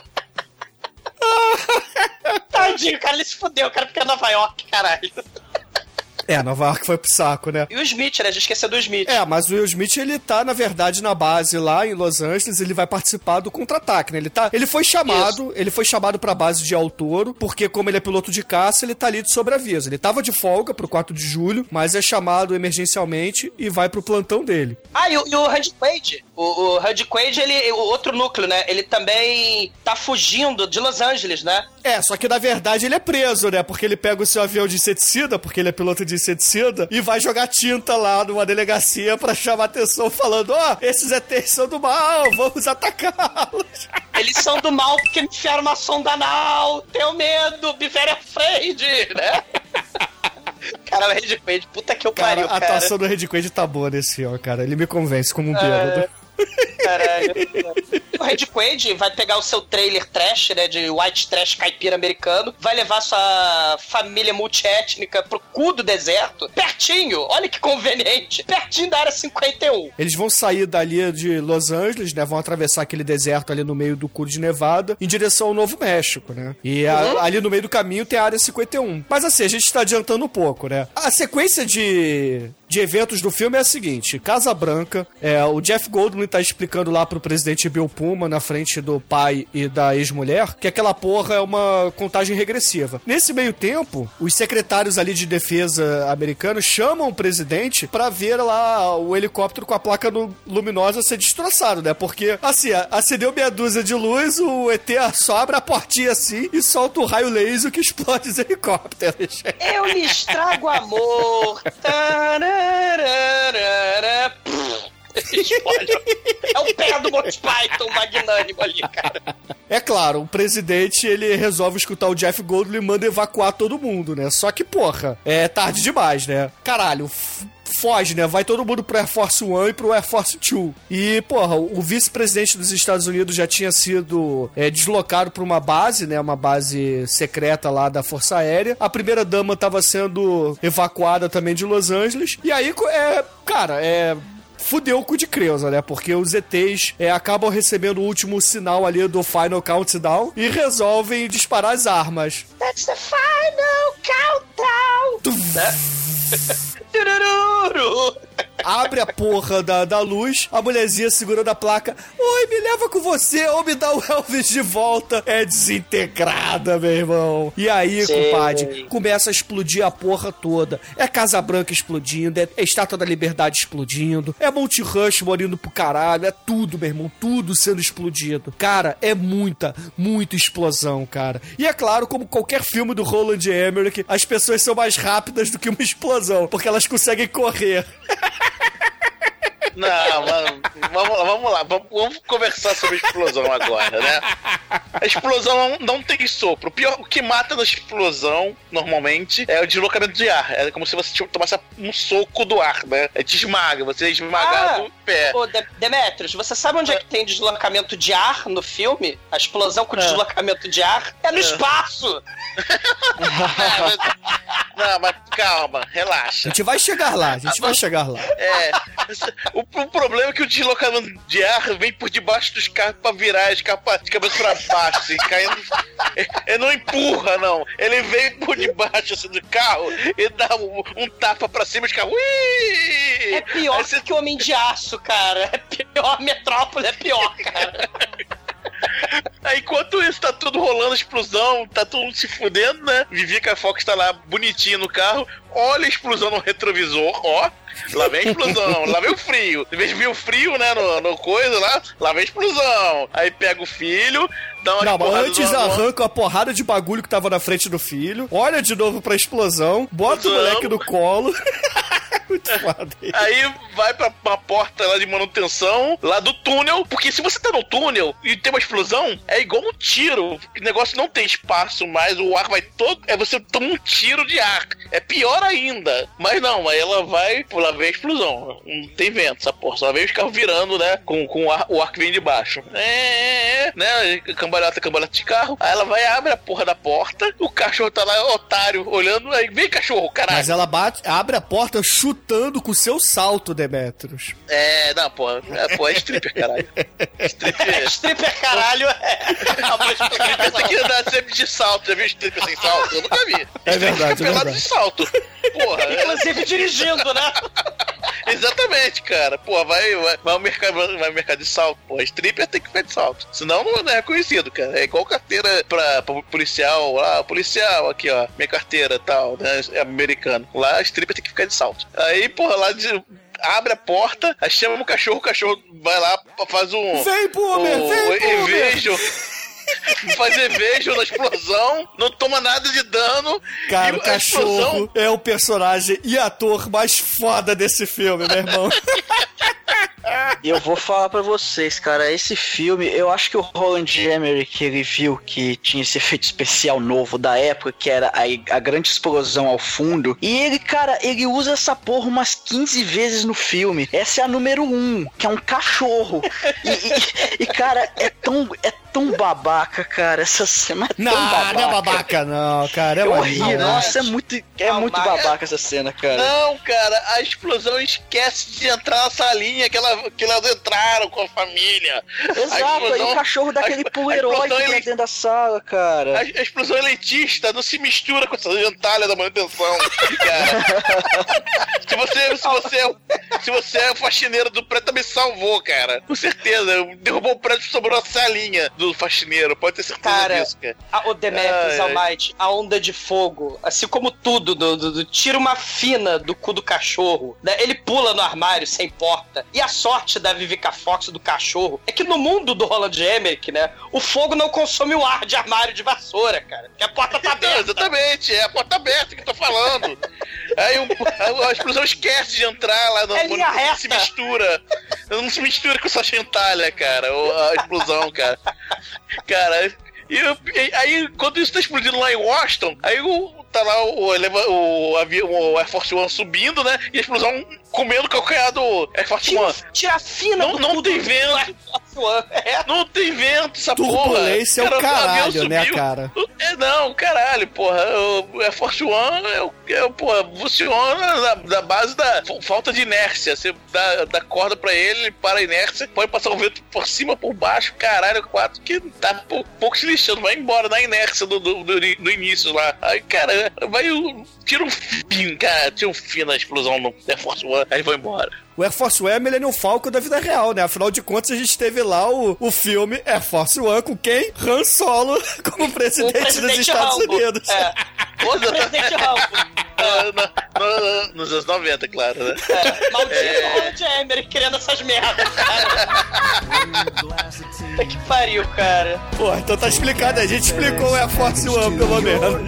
Tadinho, cara, ele se fudeu, o cara fica em Nova York, caralho. É, Nova York foi pro saco, né? E o Smith, né? A gente esqueceu do Smith. É, mas o Will Smith, ele tá, na verdade, na base lá em Los Angeles, ele vai participar do contra-ataque, né? Ele, tá, ele foi chamado, Isso. ele foi chamado pra base de El Toro, porque como ele é piloto de caça, ele tá ali de sobreaviso. Ele tava de folga pro quatro de julho, mas é chamado emergencialmente e vai pro plantão dele. Ah, e o, e o Randy Quaid? O, o Randy Quaid, ele, o outro núcleo, né? Ele também tá fugindo de Los Angeles, né? É, só que na verdade ele é preso, né? Porque ele pega o seu avião de inseticida, porque ele é piloto de inseticida, e vai jogar tinta lá numa delegacia pra chamar atenção, falando, ó, oh, esses E Tês são do mal, vamos atacá-los. Eles são do mal porque me enfiaram uma sonda anal, tenho medo, be very afraid, né? Cara, o Randy Quaid, puta que eu pariu, cara. A atuação do Randy Quaid tá boa nesse filme, cara. Ele me convence como um bêbado. É... Caralho. O Randy Quaid vai pegar o seu trailer trash, né, de white trash caipira americano, vai levar sua família multiétnica pro cu do deserto, pertinho, olha que conveniente, pertinho da área cinquenta e um. Eles vão sair dali de Los Angeles, né, vão atravessar aquele deserto ali no meio do cu de Nevada, em direção ao Novo México, né, e a, uhum. ali no meio do caminho tem a área cinquenta e um. Mas assim, a gente tá adiantando um pouco, né. A sequência de de eventos do filme é a seguinte: Casa Branca, é, o Jeff Goldblum tá explicando lá pro presidente Bill Pullman, na frente do pai e da ex-mulher, que aquela porra é uma contagem regressiva. Nesse meio tempo, os secretários ali de defesa americanos chamam o presidente pra ver lá o helicóptero com a placa no, luminosa ser destroçado, né? Porque, assim, acendeu meia dúzia de luz, o E T só abre a portinha assim e solta o raio laser que explode os helicópteros. Eu lhe estrago amor. Tararara. É o pé do Monty Python magnânimo ali, cara. É claro, o presidente, ele resolve escutar o Jeff Goldblum e manda evacuar todo mundo, né? Só que, porra, é tarde demais, né? Caralho, f- foge, né? Vai todo mundo pro Air Force One e pro Air Force Two. E, porra, o vice-presidente dos Estados Unidos já tinha sido é, deslocado pra uma base, né? Uma base secreta lá da Força Aérea. A primeira dama tava sendo evacuada também de Los Angeles. E aí, é, cara, é... fudeu o cu de Creusa, né? Porque os E Tês é, acabam recebendo o último sinal ali do Final Countdown e resolvem disparar as armas. That's the final countdown! Né? Abre a porra da, da luz, a mulherzinha segurando a placa. Oi, me leva com você ou me dá o Elvis de volta. É desintegrada, meu irmão. E aí, Sim. compadre, começa a explodir a porra toda. É Casa Branca explodindo, é Estátua da Liberdade explodindo, é Monte Rushmore indo pro caralho, é tudo, meu irmão, tudo sendo explodido. Cara, é muita, muita explosão, cara. E é claro, como qualquer filme do Roland Emmerich, as pessoas são mais rápidas do que uma explosão, porque elas conseguem correr. Não, mano, vamos lá, vamos lá, vamos, vamos conversar sobre a explosão agora, né? A explosão não tem sopro. O pior, o que mata na explosão, normalmente, é o deslocamento de ar. É como se você tomasse um soco do ar, né? É te esmaga, você é esmagado no pé. Ô, De- Demetrius, você sabe onde é que tem deslocamento de ar no filme? A explosão com deslocamento de ar é no espaço! Não, mas calma, A relaxa. gente vai chegar lá, a gente vai chegar lá. É, o, o problema é que o deslocamento de ar vem por debaixo dos carros pra virar as capas de cabeça pra baixo, assim, caindo. Ele não empurra, não. Ele vem por debaixo assim, do carro e dá um, um tapa pra cima e os carros. Ui! É pior Aí você- que o Homem de Aço, cara. É pior, Metrópole é pior, cara. Aí, enquanto isso, tá tudo rolando, explosão, tá todo mundo se fudendo, né? Vivica Fox tá lá bonitinha no carro, olha a explosão no retrovisor, ó. Lá vem a explosão, lá vem o frio. Em vez de vir o frio, né, no, no coisa lá, lá vem a explosão. Aí pega o filho, dá uma Não, mas porrada antes no- arranca a porrada de bagulho que tava na frente do filho, olha de novo pra explosão, bota o Explosão. moleque no colo. Muito foda. Aí vai pra uma porta lá de manutenção, lá do túnel, porque se você tá no túnel e tem uma explosão, é igual um tiro. O negócio não tem espaço mais, o ar vai todo. É você toma um tiro de ar. É pior ainda. Mas não, aí ela vai, lá vem a explosão. Não tem vento, essa porra. Só vem os carros virando, né? Com, com o, ar, o ar que vem de baixo. É, é, é, né? Cambalhota, cambalhota de carro. Aí ela vai, abre a porra da porta, o cachorro tá lá, otário, olhando. Aí vem cachorro, caralho. Mas ela bate, abre a porta chutando com o seu salto, Demetrius. É, não, porra. É, porra, é stripper, caralho. Stripper. Stripper, caralho, é. Stripper tem que andar sempre de salto. Já viu stripper sem salto? Eu nunca vi. É verdade, Fica é pelado verdade. de salto. Porra. é- Inclusive dirigindo, né? Exatamente, cara. Porra, vai, vai, vai, ao mercado, vai ao mercado de salto. Porra, stripper tem que ficar de salto. Senão não é reconhecido, cara. É igual carteira pra, pra policial. Ah, policial, aqui, ó. Minha carteira tal, né? É americano. Lá, stripper tem que ficar de salto. Aí, porra, lá de. Abre a porta, aí chama o cachorro, o cachorro vai lá, faz um. Vem, Boomer, um, vem, um Boomer. Evejo. Fazer beijo na explosão, não toma nada de dano. Cara, e o a cachorro explosão- é o personagem e ator mais foda desse filme, meu irmão. E eu vou falar pra vocês, cara, esse filme, eu acho que o Roland Emmerich, ele viu que tinha esse efeito especial novo da época, que era a, a grande explosão ao fundo, e ele, cara, ele usa essa porra umas quinze vezes no filme. Essa é a número um, que é um cachorro. E, e, e, cara, é tão, é tão muito babaca, cara. Essa cena é não, tão babaca. Não, é babaca não, cara. É eu horrível. ri, nossa, é muito, é muito babaca essa cena, cara. Não, cara, a explosão esquece de entrar na salinha que, ela, que elas entraram com a família. Exato, a explosão, aí o cachorro dá aquele pulo heróico ele... dentro da sala, cara. A, a explosão elitista não se mistura com essa gentalha da manutenção, cara. se, você, se, você é, se você é o faxineiro do prédio, também salvou, cara. Com certeza. Derrubou o prédio e sobrou a salinha do faxineiro. Pode ter certeza cara, disso, cara. A, o Demetrius Almighty, a onda de fogo, assim como tudo, do, do, do, tira uma fina do cu do cachorro, né? Ele pula no armário sem porta. E a sorte da Vivica Fox, do cachorro, é que no mundo do Roland Emmerich, né? O fogo não consome o ar de armário de vassoura, cara. Que a porta tá aberta. Não, exatamente, é a porta aberta que eu tô falando. Aí o, a, a explosão esquece de entrar lá no, é linha no, reta. Se mistura. Não se mistura com essa gentalha, cara. A explosão, cara. Cara, e, e aí quando isso tá explodindo lá em Washington, aí o, tá lá o, o, o, avião, o Air Force One subindo, né? E a explosão comendo o calcanhar do Air Force One. Tira a fina não, do não tem vento. É. Não tem vento, essa porra. Turbulência é o caralho, né, cara? É, não, caralho, porra. O Air Force One é o, é o porra, funciona na, na base da falta de inércia. Você dá, dá corda pra ele, ele para a inércia, pode passar o vento por cima, por baixo, caralho, quatro, que tá pouco, pouco se lixando, vai embora na inércia do, do, do, do início lá. Aí, cara, vai, tira um fim, cara, tira um fim na explosão no Air Force One, aí vai embora. O Air Force One é Millennium Falcon da vida real, né? Afinal de contas, a gente teve lá o, o filme Air Force One com quem? Han Solo como presidente, presidente dos Estados Rambo. Unidos. É. Outro presidente Rambo. É. No, no, nos anos noventa, claro, né? É. Maldito é. Roland Emmerich querendo essas merdas, cara. Puta que pariu, cara. Pô, então tá explicado. A gente explicou o Air Force One, pelo menos.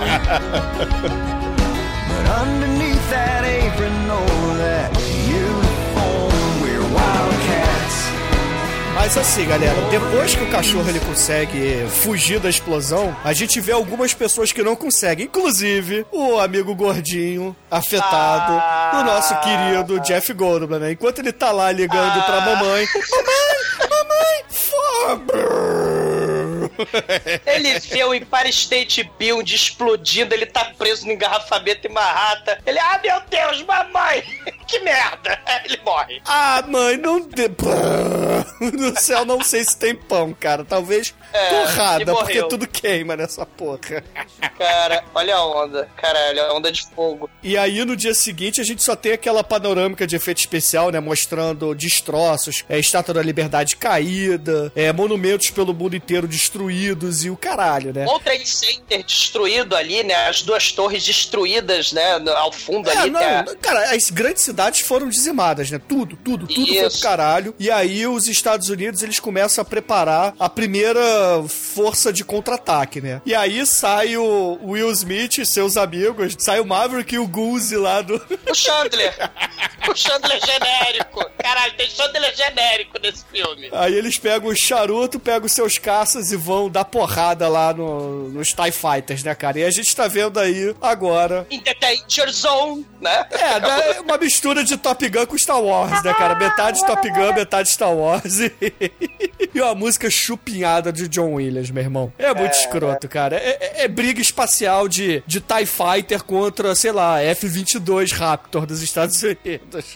But underneath that apron, know that uniform, we're wildcats. Mas assim, galera, depois que o cachorro ele consegue fugir da explosão, a gente vê algumas pessoas que não conseguem, inclusive o amigo gordinho afetado, ah, o nosso querido Jeff Goldblum, né? Enquanto ele tá lá ligando ah, pra mamãe, mamãe, mamãe, foda. Ele vê o Empire State Building explodindo, ele tá preso no engarrafamento em Manhattan. Ele, ah, meu Deus, mamãe, que merda. Ele morre. Ah, mãe, não... De... No céu, não sei se tem pão, cara. Talvez é, torrada, porque tudo queima nessa porra. Cara, olha a onda. Caralho, a onda de fogo. E aí, no dia seguinte, a gente só tem aquela panorâmica de efeito especial, né? Mostrando destroços, é, Estátua da Liberdade caída, é, monumentos pelo mundo inteiro destruídos e o caralho, né? O Trade Center destruído ali, né? As duas torres destruídas, né? Ao fundo é, ali. Não, a... Cara, as grandes cidades foram dizimadas, né? Tudo, tudo, tudo Isso. foi pro caralho. E aí, os Estados Unidos, eles começam a preparar a primeira força de contra-ataque, né? E aí sai o Will Smith e seus amigos, sai o Maverick e o Goose lá do... O Chandler! O Chandler genérico! Caralho, tem Chandler genérico nesse filme. Aí eles pegam o charuto, pegam os seus caças e vão dar porrada lá no, nos TIE Fighters, né, cara? E a gente tá vendo aí, agora... In the Danger Zone, né? É, uma mistura de Top Gun com Star Wars, né, cara? Metade Top Gun, metade Star Wars e... E uma música chupinhada de John Williams, meu irmão. É muito é, escroto, cara. É, é, é briga espacial de, de TIE Fighter contra, sei lá, F vinte e dois Raptor dos Estados Unidos.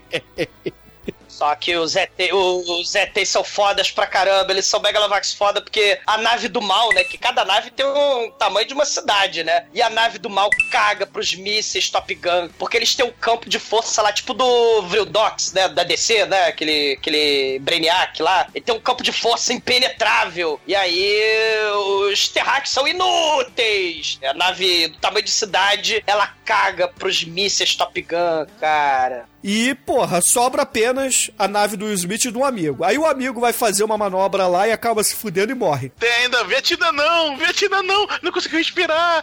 Só que os E T, os E Ts são fodas pra caramba, eles são Megalovax foda porque a nave do mal, né, que cada nave tem um tamanho de uma cidade, né, e a nave do mal caga pros mísseis Top Gun, porque eles têm um campo de força lá, tipo do Vrildox, né, da D C, né, aquele, aquele Brainiac lá, ele tem um campo de força impenetrável, e aí os Terráqueos são inúteis, a nave do tamanho de cidade, ela caga pros mísseis Top Gun, cara. E, porra, sobra apenas a nave do Will Smith e de um amigo. Aí o amigo vai fazer uma manobra lá e acaba se fudendo e morre. Tem ainda, Vietnã não, Vietnã não, não conseguiu respirar.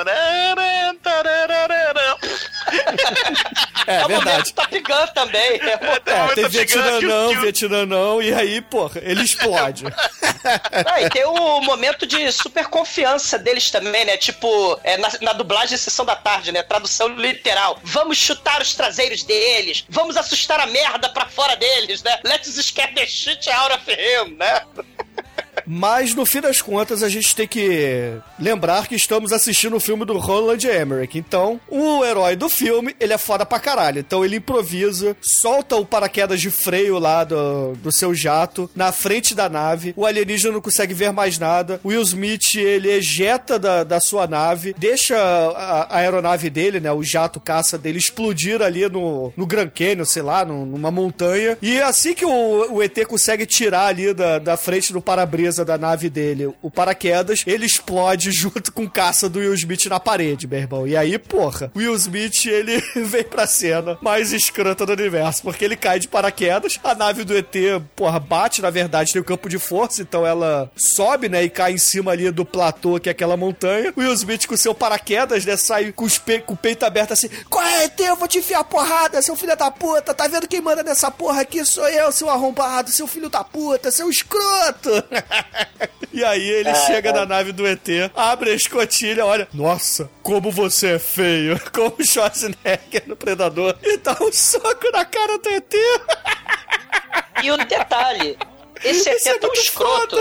É, é verdade. Top Gun também. É, é tem Vietnã não, Vietnã não, e aí, porra, ele explode. Ah, e tem o momento de super confiança deles também, né? Tipo, é, na, na dublagem Sessão da Tarde, né? Tradução literal. Vamos chutar os traseiros deles. Vamos assustar a merda pra fora deles, né? Let's scare the shit out of him, né? Mas, no fim das contas, a gente tem que lembrar que estamos assistindo o filme do Roland Emmerich. Então, o herói do filme, ele é foda pra caralho. Então, ele improvisa, solta o paraquedas de freio lá do, do seu jato, na frente da nave. O alienígena não consegue ver mais nada. O Will Smith, ele ejeta da, da sua nave, deixa a, a aeronave dele, né, o jato caça dele, explodir ali no, no Grand Canyon, sei lá, no, numa montanha. E assim que o, o E T consegue tirar ali da, da frente do para-brisa da nave dele o paraquedas, ele explode junto com o caça do Will Smith na parede, meu irmão. E aí, porra, o Will Smith, ele vem pra cena mais escrota do universo, porque ele cai de paraquedas, a nave do E T, porra, bate, na verdade, tem o campo de força, então ela sobe, né, e cai em cima ali do platô, que é aquela montanha. O Will Smith, com seu paraquedas, né, sai com, os pe- com o peito aberto assim, qual é, E T? Eu vou te enfiar porrada, seu filho da puta, tá vendo quem manda nessa porra aqui? Sou eu, seu arrombado, seu filho da puta, seu escroto. E aí ele ah, chega é. na nave do E T, abre a escotilha, olha, nossa, como você é feio, como o Schwarzenegger no Predador, e dá um soco na cara do E T. E um detalhe, esse E T é tão escroto.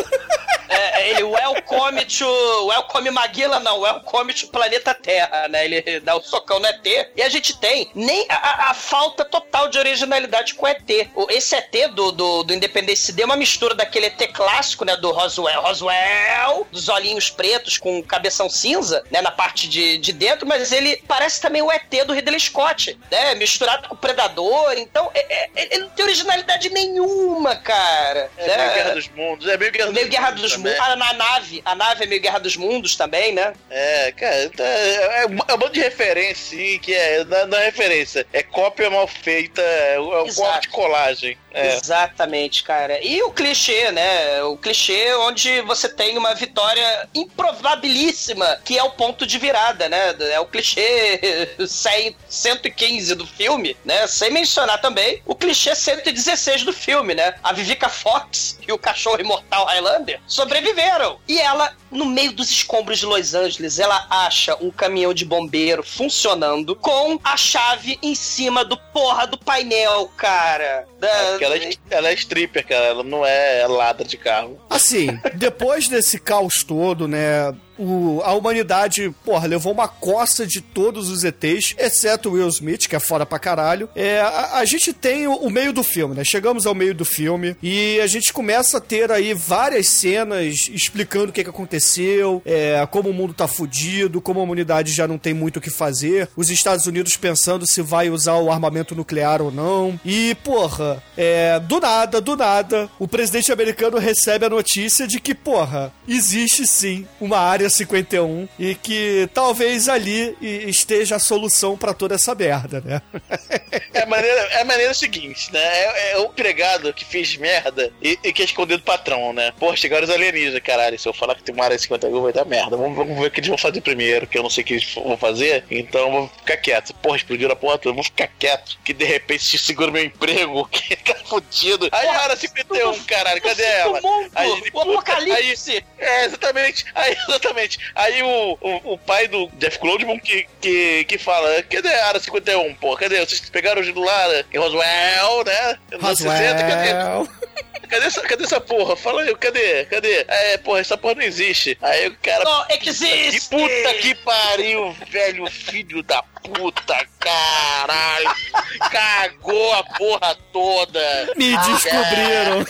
É, ele welcome to... Welcome Maguila, não. Welcome to planeta Terra, né? Ele dá o um socão no E T. E a gente tem nem a, a falta total de originalidade com o E T. Esse E T do, do, do Independence Day é uma mistura daquele E T clássico, né? Do Roswell. Roswell! Dos olhinhos pretos com cabeção cinza, né? Na parte de, de dentro. Mas ele parece também o E T do Ridley Scott, né? Misturado com o Predador. Então, é, é, ele não tem originalidade nenhuma, cara. É né? meio Guerra dos Mundos. É meio Guerra, meio dos, Guerra Mundos dos Mundos. Ah, na nave. A nave é meio Guerra dos Mundos também, né? É, cara, é um monte de referência, sim, que é, não, não é referência, é cópia mal feita, é um cópia de colagem. É. Exatamente, cara. E o clichê, né? O clichê onde você tem uma vitória improvabilíssima, que é o ponto de virada, né? É o clichê cento e quinze do filme, né? Sem mencionar também o clichê cento e dezesseis do filme, né? A Vivica Fox e o cachorro imortal Highlander sobreviveram. E ela, no meio dos escombros de Los Angeles, ela acha um caminhão de bombeiro funcionando com a chave em cima do porra do painel, cara. Da... É ela, é, ela é stripper, cara. Ela não é ladra de carro. Assim, depois desse caos todo, né... O, a humanidade, porra, levou uma coça de todos os E Tês, exceto o Will Smith, que é fora pra caralho. É, a, a gente tem o, o meio do filme, né? Chegamos ao meio do filme e a gente começa a ter aí várias cenas explicando o que, que aconteceu, é, como o mundo tá fudido, como a humanidade já não tem muito o que fazer, os Estados Unidos pensando se vai usar o armamento nuclear ou não. E, porra, é, do nada, do nada, o presidente americano recebe a notícia de que, porra, existe sim uma área cinquenta e um e que talvez ali esteja a solução pra toda essa merda, né? É a maneira, é a maneira seguinte, né? É, é o empregado que fez merda e, e quer esconder do patrão, né? Pô, chegaram os alienígenas, caralho. Se eu falar que tem uma área cinquenta e um, vai dar merda. Vamos, vamos ver o que eles vão fazer primeiro, que eu não sei o que eles vão fazer, então eu vou ficar quieto. Porra, explodiram a porra toda, eu vou ficar quieto, que de repente se segura meu emprego, que tá fudido. Aí a área cinquenta e um, caralho, cadê ela? Aí, o puta, apocalipse! Aí, é, exatamente. Aí, exatamente. Aí o, o, o pai do Jeff Goldblum que, que, que fala, cadê a área cinquenta e um, pô? Cadê? Vocês pegaram o lá em Roswell, né? Roswell. sessenta, cadê? Cadê essa, cadê essa porra? Fala aí, cadê? Cadê? É, porra, essa porra não existe. Aí o cara... Não existe! Que puta que pariu, velho filho da puta, caralho. Cagou a porra toda. Me descobriram.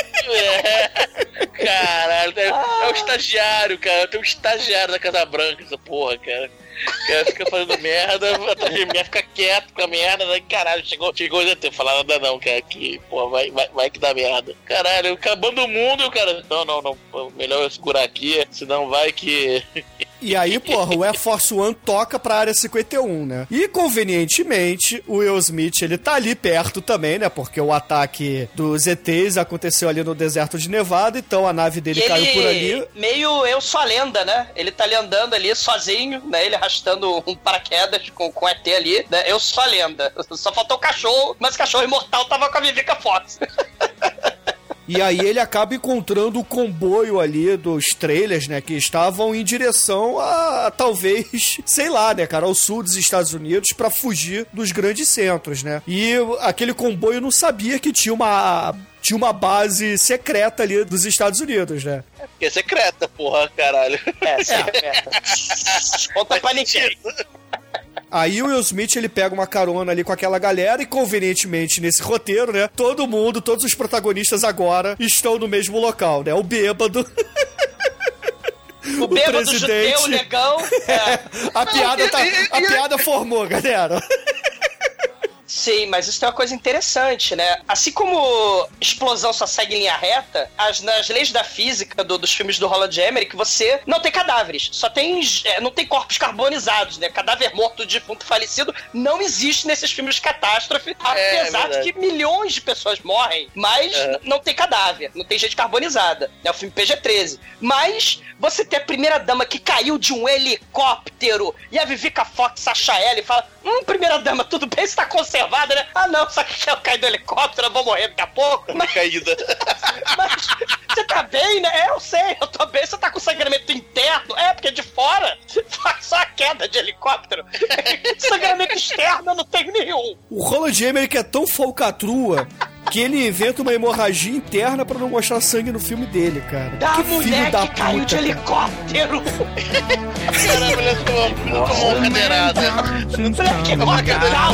É, caralho. É, é o estagiário, cara. Tem um estagiário da Casa Branca, essa porra, cara. O cara fica fazendo merda, atrás de mim, fica quieto com a merda, né? Caralho, chegou, chegou a ter falar nada não, cara, que, porra, vai, vai, vai que dá merda. Caralho, acabando o mundo, cara, não, não, não, melhor eu segurar aqui, senão vai que... E aí, porra, o Air Force One toca pra área cinquenta e um, né? E, convenientemente, o Will Smith, ele tá ali perto também, né? Porque o ataque dos E Tês aconteceu ali no deserto de Nevada, então a nave dele e caiu ele, por ali. Meio eu sou a lenda, né? Ele tá ali andando ali sozinho, né? Ele arrastando um paraquedas com, com o E T ali, né? Eu sou a lenda. Só faltou o cachorro, mas o cachorro imortal tava com a Vivica Fox. E aí ele acaba encontrando o comboio ali dos trailers, né, que estavam em direção a, talvez, sei lá, né, cara, ao sul dos Estados Unidos pra fugir dos grandes centros, né. E aquele comboio não sabia que tinha uma... tinha uma base secreta ali dos Estados Unidos, né? É porque é secreta, porra, caralho. É, secreta. Conta pra ninguém. Aí o Will Smith, ele pega uma carona ali com aquela galera e, convenientemente, nesse roteiro, né, todo mundo, todos os protagonistas agora estão no mesmo local, né? O bêbado... O, o bêbado presidente... judeu, negão... É. a piada, tá, a piada formou, galera. Sim, mas isso tem uma coisa interessante, né? Assim como explosão só segue em linha reta, as, nas leis da física do, dos filmes do Roland Emmerich, você não tem cadáveres, só tem, é, não tem corpos carbonizados, né? Cadáver morto, defunto, falecido, não existe nesses filmes de catástrofe, é, apesar é de que milhões de pessoas morrem, mas é. não tem cadáver, não tem gente carbonizada. É o filme P G treze. Mas você tem a primeira dama que caiu de um helicóptero e a Vivica Fox acha ela e fala: Hum, primeira dama, tudo bem? Você tá conservada, né? Ah, não, só que eu caí do helicóptero, eu vou morrer daqui a pouco. Mas... caída. Mas você tá bem, né? É, eu sei, eu tô bem. Você tá com sangramento interno? É, porque de fora faz só a queda de helicóptero. Sangramento externo eu não tenho nenhum. O Roland Emmerich é tão falcatrua que ele inventa uma hemorragia interna pra não mostrar sangue no filme dele, cara. Da que mulher filho da que caiu puta, de cara. helicóptero. Caramba, a mulher tomou, tomou uma cadeirada. Mulher que morre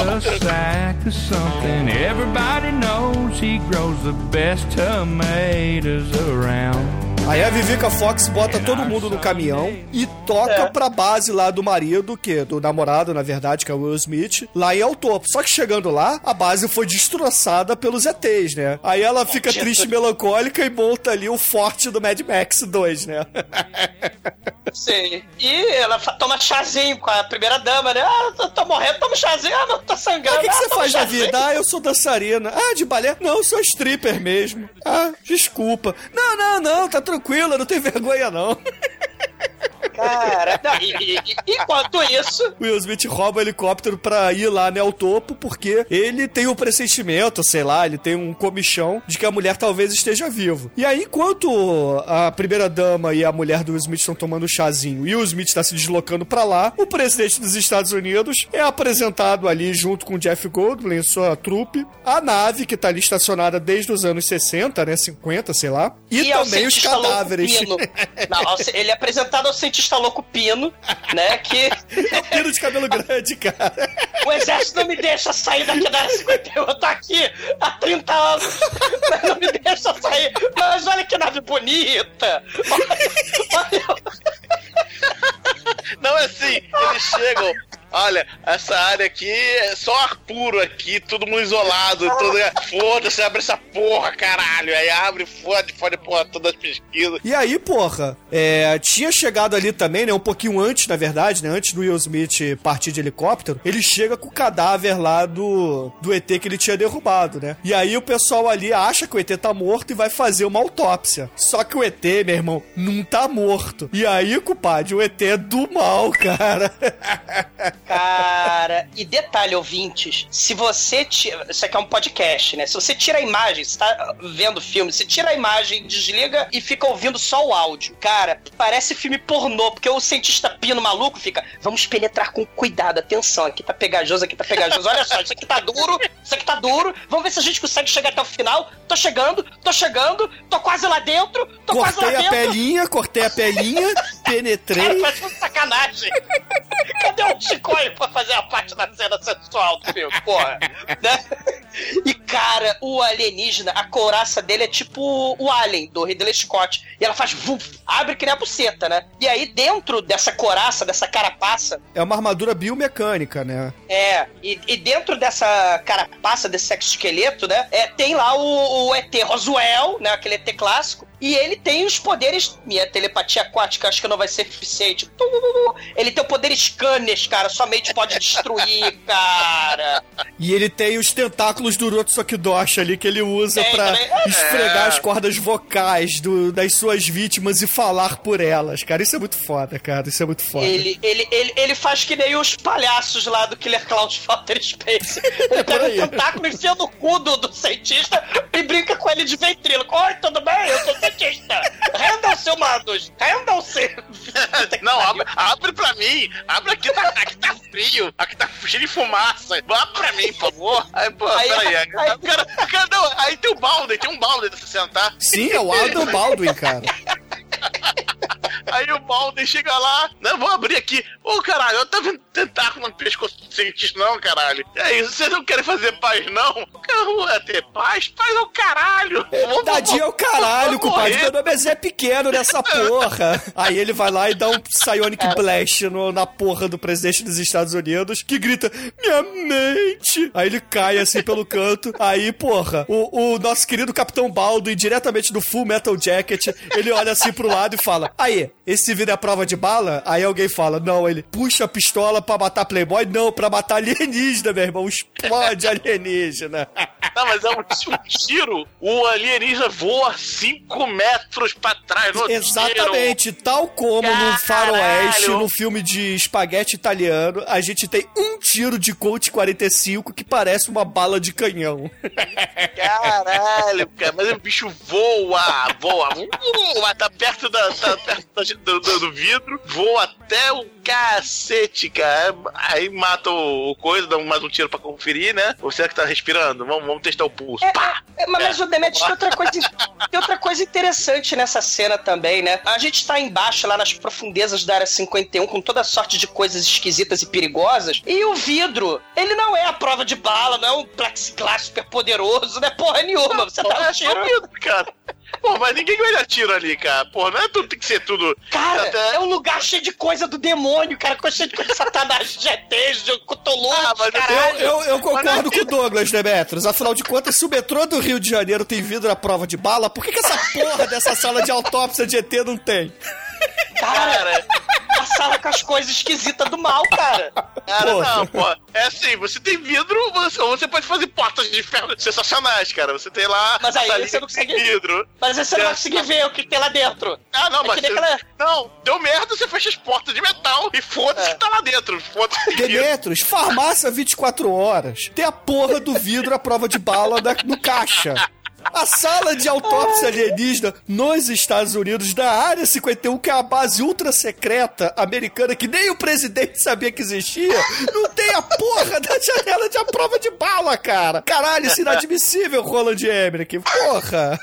Everybody knows he grows the best tomatoes around. Aí a Vivica Fox bota todo mundo no caminhão e toca é. pra base lá do marido, que do namorado, na verdade, que é o Will Smith, lá em El Topo. Só que chegando lá, a base foi destroçada pelos E Tês, né? Aí ela fica triste e melancólica e monta ali o forte do Mad Max dois, né? Sim. E ela toma chazinho com a primeira dama, né? Ah, eu tô morrendo, toma chazinho. Ah, não, tô sangrando. O que, que ah, você faz chazinho. na vida? Ah, eu sou dançarina. Ah, de balé? Não, eu sou stripper mesmo. Ah, desculpa. Não, não, não, tá tranquila, não tem vergonha, não. Cara, não, e, e, e, enquanto isso... Will Smith rouba o helicóptero pra ir lá, né, ao topo, porque ele tem um pressentimento, sei lá, ele tem um comichão de que a mulher talvez esteja viva. E aí, enquanto a primeira dama e a mulher do Will Smith estão tomando um chazinho e o Will Smith está se deslocando pra lá, o presidente dos Estados Unidos é apresentado ali junto com o Jeff Goldblum e sua trupe, a nave que tá ali estacionada desde os anos sessenta, né, cinquenta, sei lá, e, e também os cadáveres. Não, ele é apresentado ao cientista louco Pino, né, que... Pino de cabelo grande, cara. O exército não me deixa sair daqui da área cinquenta e um, eu tô aqui há trinta anos, mas não me deixa sair. Mas olha que nave bonita. Olha, olha. Não é assim, eles chegam... Olha, essa área aqui é só ar puro aqui, todo mundo isolado, todo... foda-se, abre essa porra, caralho. Aí abre, fode, fode porra, todas as pesquisas. E aí, porra, é, tinha chegado ali também, né, um pouquinho antes, na verdade, né, antes do Will Smith partir de helicóptero, ele chega com o cadáver lá do, do E T que ele tinha derrubado, né? E aí o pessoal ali acha que o E T tá morto e vai fazer uma autópsia. Só que o E T, meu irmão, não tá morto. E aí, compadre, o E T é do mal, cara. Cara, e detalhe, ouvintes, se você tira... Isso aqui é um podcast, né? Se você tira a imagem, você tá vendo o filme, você tira a imagem, desliga e fica ouvindo só o áudio. Cara, parece filme pornô, porque o cientista pino maluco fica, vamos penetrar com cuidado, atenção, aqui tá pegajoso, aqui tá pegajoso, olha só, isso aqui tá duro, isso aqui tá duro, vamos ver se a gente consegue chegar até o final, tô chegando, tô chegando, tô quase lá dentro, tô cortei quase lá dentro. Cortei a pelinha, cortei a pelinha, penetrei. Cara, parece uma sacanagem. Cadê o Chico pra fazer a parte da cena sensual do filme, porra, né? E, cara, o alienígena, a couraça dele é tipo o Alien, do Ridley Scott. E ela faz vuf, abre que nem a buceta, né? E aí, dentro dessa couraça, dessa carapaça... É uma armadura biomecânica, né? É, e, e dentro dessa carapaça, desse exoesqueleto, né? É, tem lá o, o E T Roswell, né? Aquele E T clássico. E ele tem os poderes... Minha telepatia aquática acho que não vai ser eficiente. Ele tem o poder scanners, cara. Sua mente pode destruir, cara. E ele tem os tentáculos símbolos do Rotsukidoshi ali que ele usa É, pra também- é. esfregar as cordas vocais do, das suas vítimas e falar por elas, cara. Isso é muito foda, cara. Isso é muito foda. Ele, ele, ele, ele faz que nem os palhaços lá do Killer Clown de Outer Space. Ele pega aí. um tentáculo, enfia no cu do, do cientista e brinca com ele de ventríloco. Oi, tudo bem? Eu sou cientista. Rendam-se, humanos. Rendam-se. Não, abre, abre pra mim. Abre aqui, tá, aqui tá frio. Aqui tá cheio de fumaça. Abre pra mim, por favor. Aí, pô, Aí- peraí. aí- Aí, o cara, o cara, não, aí tem o balde, tem um balde pra você sentar. Sim, é o Adam Baldwin, cara. Aí o Balden chega lá, não, vou abrir aqui. Ô, caralho, eu tava vendo tentáculo no pescoço do cientista, não, caralho. E aí, vocês não querem fazer paz, não? Eu quero ter paz? Paz é o caralho. Vamos- Tadinho é o caralho, vamos compadre. morrer. Meu nome é Zé Pequeno nessa porra. Aí ele vai lá e dá um Psionic Blast no- na porra do presidente dos Estados Unidos, que grita, minha mente. Aí ele cai assim pelo canto. Aí, porra, o, o nosso querido Capitão Baldwin, diretamente do Full Metal Jacket, ele olha assim pro lado e fala, aí, esse vidro é prova de bala? Aí alguém fala, não, ele puxa a pistola pra matar Playboy? Não, pra matar alienígena, meu irmão. Explode alienígena. Não, mas é um, um tiro. O alienígena voa cinco metros pra trás no Exatamente, tal como no Caralho. Faroeste, no filme de espaguete italiano, a gente tem um tiro de Colt quarenta e cinco que parece uma bala de canhão. Caralho, cara, mas o bicho voa, voa, voa, tá perto, da, tá perto da, do, do, do vidro, voa até o cacete, cara. Aí mata o, o coisa, dá mais um tiro pra conferir, né? Ou será que tá respirando? Vamos, vamos testar o pulso. É, Pá! é, mas, mas É. o Demetrius, tem outra, coisa, tem outra coisa interessante nessa cena também, né? A gente tá embaixo, lá nas profundezas da área cinquenta e um, com toda sorte de coisas esquisitas e perigosas, e o vidro, ele não é a prova de bala, não é um plexiglass super poderoso, não é porra nenhuma. Você Pô, tá no é só tiro. vidro, cara. Pô, mas ninguém vai dar tiro ali, cara. Pô, não é tudo, tem que ser tudo. Cara, Até- é um lugar cheio de coisa do demônio, cara, cheio de coisa de satanás, de G Ts, de Cthulhu, Ah, mas Eu, caralho. eu, eu Mas concordo não é com o Douglas, Demetrius. Afinal de contas, se o metrô do Rio de Janeiro tem vidro à prova de bala, por que, que essa porra dessa sala de autópsia de E T não tem? Cara, a sala com as coisas esquisitas do mal, cara. Cara, Porra. não, pô. É assim, você tem vidro, você, ou você pode fazer portas de ferro sensacionais, cara. Você tem lá. Mas aí a salinha você não que tem consegue- vidro. Mas aí você não vai É. conseguir ver o que tem lá dentro. Ah, não, É mas. que nem Você... aquela- Não, deu merda, você fecha as portas de metal e foda-se É. que tá lá dentro. Foda-se que vidro. Demetrius, farmácia vinte e quatro horas. Tem a porra do vidro à prova de bala da- no caixa. A sala de autópsia alienígena nos Estados Unidos, da Área cinquenta e um, que é a base ultra secreta americana, que nem o presidente sabia que existia, não tem a porra da janela de a prova de bala, cara. Caralho, isso é inadmissível, Roland Emmerich. Porra.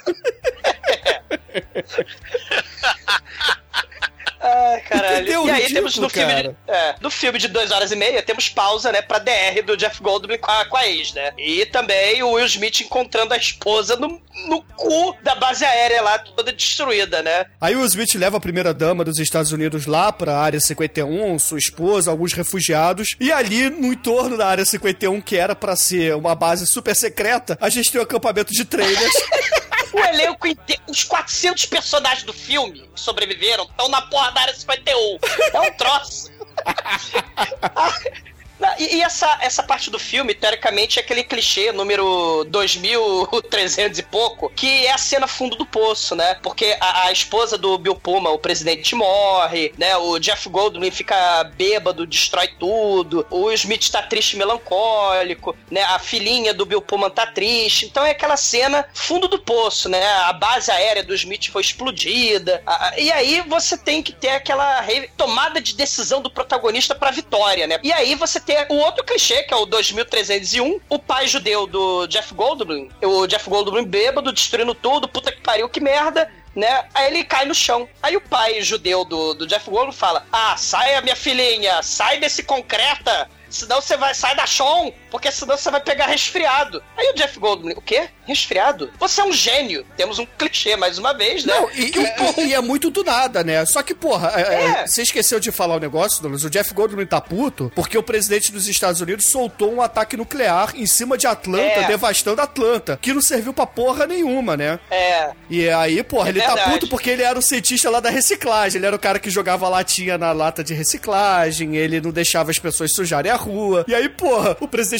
Ai, caralho. Entendeu? E aí Ridículo, temos no filme, de, cara. é, no filme de duas horas e meia, temos pausa, né, pra D R do Jeff Goldblum com a, com a ex, né? E também o Will Smith encontrando a esposa no, no cu da base aérea lá, toda destruída, né? Aí o Smith leva a primeira dama dos Estados Unidos lá pra Área cinquenta e um, sua esposa, alguns refugiados, e ali no entorno da Área cinquenta e um, que era pra ser uma base super secreta, a gente tem um acampamento de trailers. O elenco inteiro, os quatrocentos personagens do filme que sobreviveram estão na porra da área cinquenta e um. É um troço. Não, E, e essa, essa parte do filme, teoricamente, é aquele clichê número dois mil e trezentos e pouco, que é a cena fundo do poço, né? Porque a, a esposa do Bill Pullman, o presidente, morre, né? O Jeff Goldblum fica bêbado, destrói tudo. O Will Smith tá triste, melancólico, né? A filhinha do Bill Pullman tá triste. Então é aquela cena fundo do poço, né? A base aérea do Smith foi explodida. A- a- e aí você tem que ter aquela re- tomada de decisão do protagonista pra vitória, né? E aí você tem o outro clichê, que é o dois mil trezentos e um, o pai judeu do Jeff Goldblum, o Jeff Goldblum bêbado, destruindo tudo, puta que pariu, que merda, né? Aí ele cai no chão. Aí o pai judeu do, do Jeff Goldblum fala: ah, saia, minha filhinha, sai desse concreta, senão você vai, sai da chão, porque senão você vai pegar resfriado. Aí o Jeff Goldblum, o quê? Resfriado? Você é um gênio. Temos um clichê, mais uma vez, né? Não, e, e- e é muito do nada, né? Só que, porra, é, É. é, você esqueceu de falar o negócio, Douglas. O Jeff Goldblum tá puto porque o presidente dos Estados Unidos soltou um ataque nuclear em cima de Atlanta, É. devastando Atlanta, que não serviu pra porra nenhuma, né? É. E aí, porra, É ele tá verdade. puto porque ele era o cientista lá da reciclagem. Ele era o cara que jogava latinha na lata de reciclagem, ele não deixava as pessoas sujarem a rua. E aí, porra, o presidente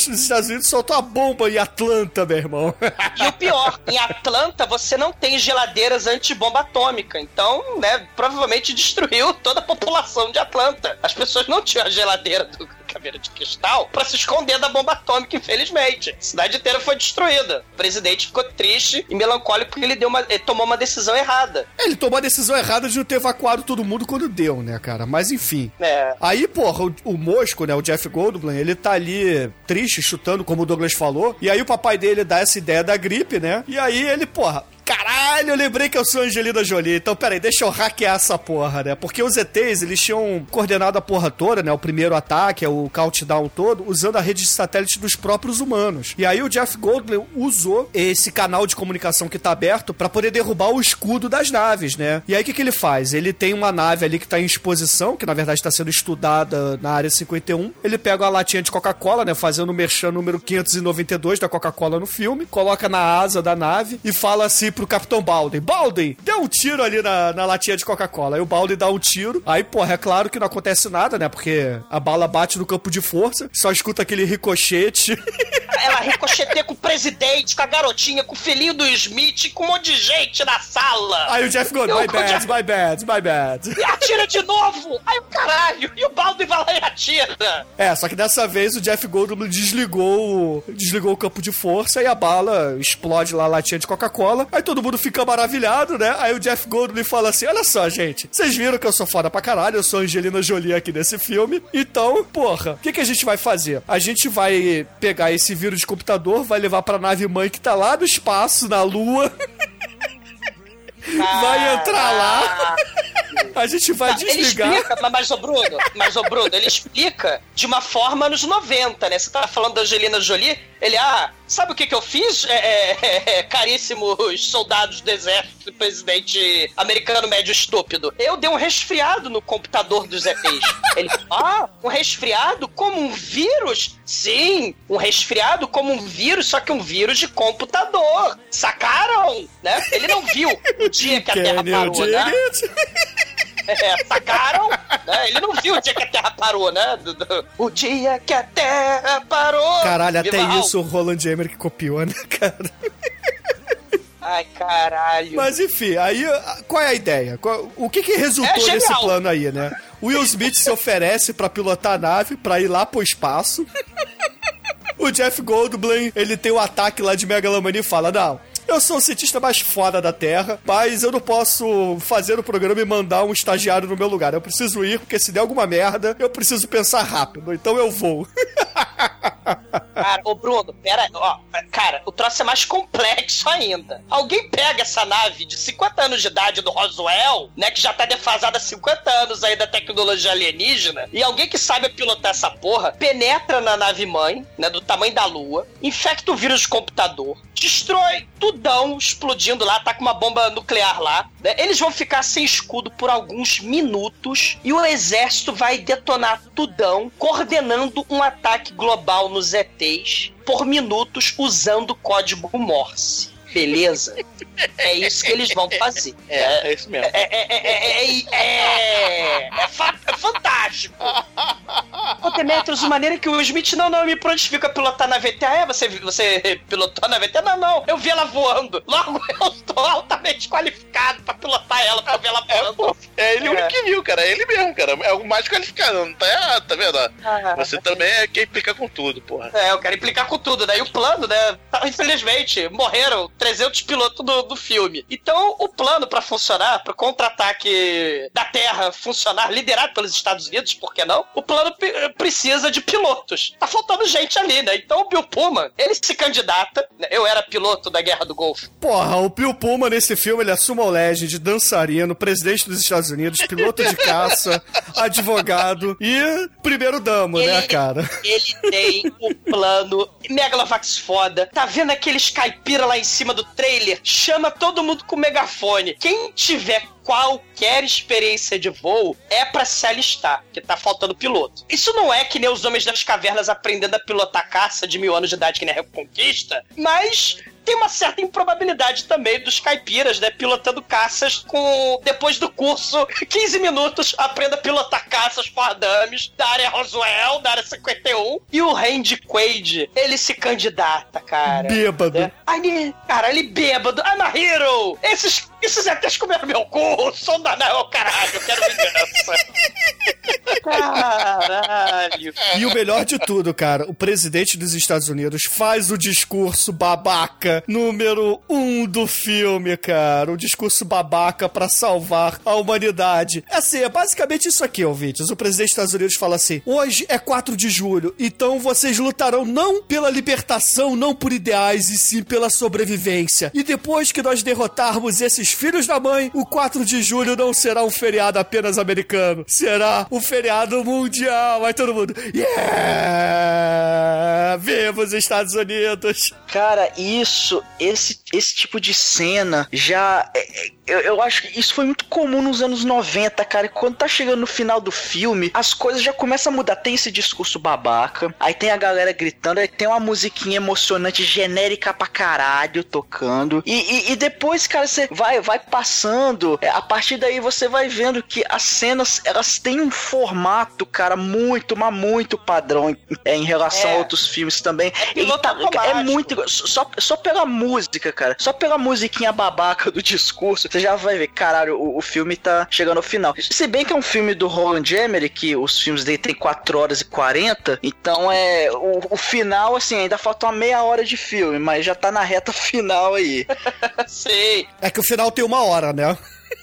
presidente dos Estados Unidos soltou a bomba em Atlanta, meu irmão. E o pior, em Atlanta você não tem geladeiras antibomba atômica. Então, né, provavelmente destruiu toda a população de Atlanta. As pessoas não tinham a geladeira do Caveira de Cristal pra se esconder da bomba atômica, infelizmente. A cidade inteira foi destruída. O presidente ficou triste e melancólico porque ele, deu uma, ele tomou uma decisão errada. Ele tomou a decisão errada de não ter evacuado todo mundo quando deu, né, cara? Mas enfim. É. Aí, porra, o, o Mosco, né, o Jeff Goldblum, ele tá ali triste, chutando, como o Douglas falou. E aí o papai dele dá essa ideia da gripe, né? E aí ele, porra... Caralho, eu lembrei que eu sou Angelina Jolie. Então, peraí, deixa eu hackear essa porra, né? Porque os E Tês, eles tinham coordenado a porra toda, né? O primeiro ataque, o countdown todo, usando a rede de satélite dos próprios humanos. E aí o Jeff Goldblum usou esse canal de comunicação que tá aberto pra poder derrubar o escudo das naves, né? E aí o que que ele faz? Ele tem uma nave ali que tá em exposição, que na verdade tá sendo estudada na área cinquenta e um. Ele pega uma latinha de Coca-Cola, né? Fazendo o merchan número quinhentos e noventa e dois da Coca-Cola no filme, coloca na asa da nave e fala assim pro Capitão Baldwin: Baldwin, dê um tiro ali na, na latinha de Coca-Cola. Aí o Baldwin dá um tiro. Aí, porra, é claro que não acontece nada, né? Porque a bala bate no campo de força, só escuta aquele ricochete. Ela ricocheteia com o presidente, com a garotinha, com o filhinho do Smith, com um monte de gente na sala. Aí o Jeff Goldblum: my bad, Jeff... my bad, my bad. E atira de novo. Aí o caralho. E o Baldwin vai lá e atira. É, só que dessa vez o Jeff Goldblum desligou, desligou o campo de força e a bala explode lá a latinha de Coca-Cola. Aí todo mundo fica maravilhado, né? Aí o Jeff Goldblum fala assim: olha só, gente, vocês viram que eu sou foda pra caralho, eu sou Angelina Jolie aqui nesse filme. Então, porra, o que, que a gente vai fazer? A gente vai pegar esse vírus de computador, vai levar pra nave mãe que tá lá no espaço, na lua. Vai entrar lá. A gente vai não, desligar. Ele explica, mas ô Bruno, mas ô Bruno, ele explica de uma forma nos noventa, né? Você tava falando da Angelina Jolie, ele, ah, sabe o que que eu fiz, é, é, é, caríssimos soldados do exército, presidente americano médio estúpido? Eu dei um resfriado no computador dos E Tês. Ele, ah, um resfriado como um vírus? Sim, um resfriado como um vírus, só que um vírus de computador. Sacaram? Né? Ele não viu o dia que a Terra parou, né? É, sacaram? Né? Ele não viu o dia que a Terra parou, né? Do, do, o dia que a Terra parou. Caralho, até Viva isso o Roland Emmerich copiou, né, cara? Ai, caralho. Mas enfim, aí qual é a ideia? Qual, o que que resultou é desse plano aí, né? O Will Smith se oferece pra pilotar a nave, pra ir lá pro espaço. O Jeff Goldblum, ele tem o um ataque lá de megalomania e fala: não, eu sou o cientista mais foda da Terra, mas eu não posso fazer o programa e mandar um estagiário no meu lugar. Eu preciso ir, porque se der alguma merda, eu preciso pensar rápido. Então eu vou. Cara, ô Bruno, pera, ó, cara, o troço é mais complexo ainda. Alguém pega essa nave de cinquenta anos de idade do Roswell, né, que já tá defasada há cinquenta anos aí da tecnologia alienígena, e alguém que saiba pilotar essa porra, penetra na nave mãe, né, do tamanho da Lua, infecta o vírus de computador, destrói tudão, explodindo lá, tá com uma bomba nuclear lá, né? Eles vão ficar sem escudo por alguns minutos e o exército vai detonar tudão, coordenando um ataque global nos E Tês por minutos usando código Morse. Beleza? É isso que eles vão fazer. É, é, é isso mesmo. É, é, é, é, é, é, é, fa- é fantástico. Ô, Demetrius, de maneira que o Smith não, não me prontifica a pilotar na V T. Ah, é? Você, você pilotou na V T? Não, não. Eu vi ela voando. Logo, eu estou altamente qualificado pra pilotar ela, pra ver ela voando. É, é ele é. o único que viu, cara. É ele mesmo, cara. É o mais qualificado. Não tá errado, tá vendo? Ah, você também é quem implica com tudo, porra. É, eu quero implicar com tudo, né? E o plano, né? Infelizmente, morreram trezentos pilotos do, do filme. Então, o plano pra funcionar, pro contra-ataque da Terra funcionar, liderado pelos Estados Unidos, por que não? O plano p- precisa de pilotos. Tá faltando gente ali, né? Então, o Bill Pullman, ele se candidata. Né? Eu era piloto da Guerra do Golfo. Porra, o Bill Pullman nesse filme, ele é sumo legend, dançarino, presidente dos Estados Unidos, piloto de caça, advogado e primeiro damo, ele, né, cara? Ele tem o plano Megalovax foda. Tá vendo aqueles caipira lá em cima do trailer? Chama todo mundo com megafone. Quem tiver qualquer experiência de voo é pra se alistar, que tá faltando piloto. Isso não é que nem os homens das cavernas aprendendo a pilotar caça de mil anos de idade, que nem a Reconquista, mas tem uma certa improbabilidade também dos caipiras, né, pilotando caças com, depois do curso, quinze minutos, aprenda a pilotar caças for dummies da área Roswell, da área cinquenta e um, e o Randy Quaid, ele se candidata, cara. Bêbado. Né? Aí, cara, ele bêbado, I'm a hero! Esses, esses E Tês comeram meu cu, sou da não, caralho, eu quero vingança. Caralho. E o melhor de tudo, cara, o presidente dos Estados Unidos faz o discurso babaca número um do filme, cara. O discurso babaca pra salvar a humanidade. É assim, é basicamente isso aqui, ouvintes. O presidente dos Estados Unidos fala assim: hoje é quatro de julho, então vocês lutarão não pela libertação, não por ideais, e sim pela sobrevivência. E depois que nós derrotarmos esses filhos da mãe, o quatro de julho não será um feriado apenas americano, será um feriado mundial. Vai todo mundo, yeah! Viva os Estados Unidos! Cara, isso, esse, esse tipo de cena já... Eu, eu acho que isso foi muito comum nos anos noventa, cara. E quando tá chegando no final do filme, as coisas já começam a mudar. Tem esse discurso babaca, aí tem a galera gritando, aí tem uma musiquinha emocionante, genérica pra caralho, tocando. E, e, e depois, cara, você vai, vai passando. A partir daí você vai vendo que as cenas, elas têm um formato, cara, muito, mas muito padrão em, em relação é. a outros filmes também. É, e tá, é muito... Só, só pela música, cara. Só pela musiquinha babaca do discurso, você já vai ver, caralho, o, o filme tá chegando ao final. Se bem que é um filme do Roland Emmerich, que os filmes dele tem quatro horas e quarenta, então é... O, o final, assim, ainda falta uma meia hora de filme, mas já tá na reta final aí. Sei. É que o final tem uma hora, né?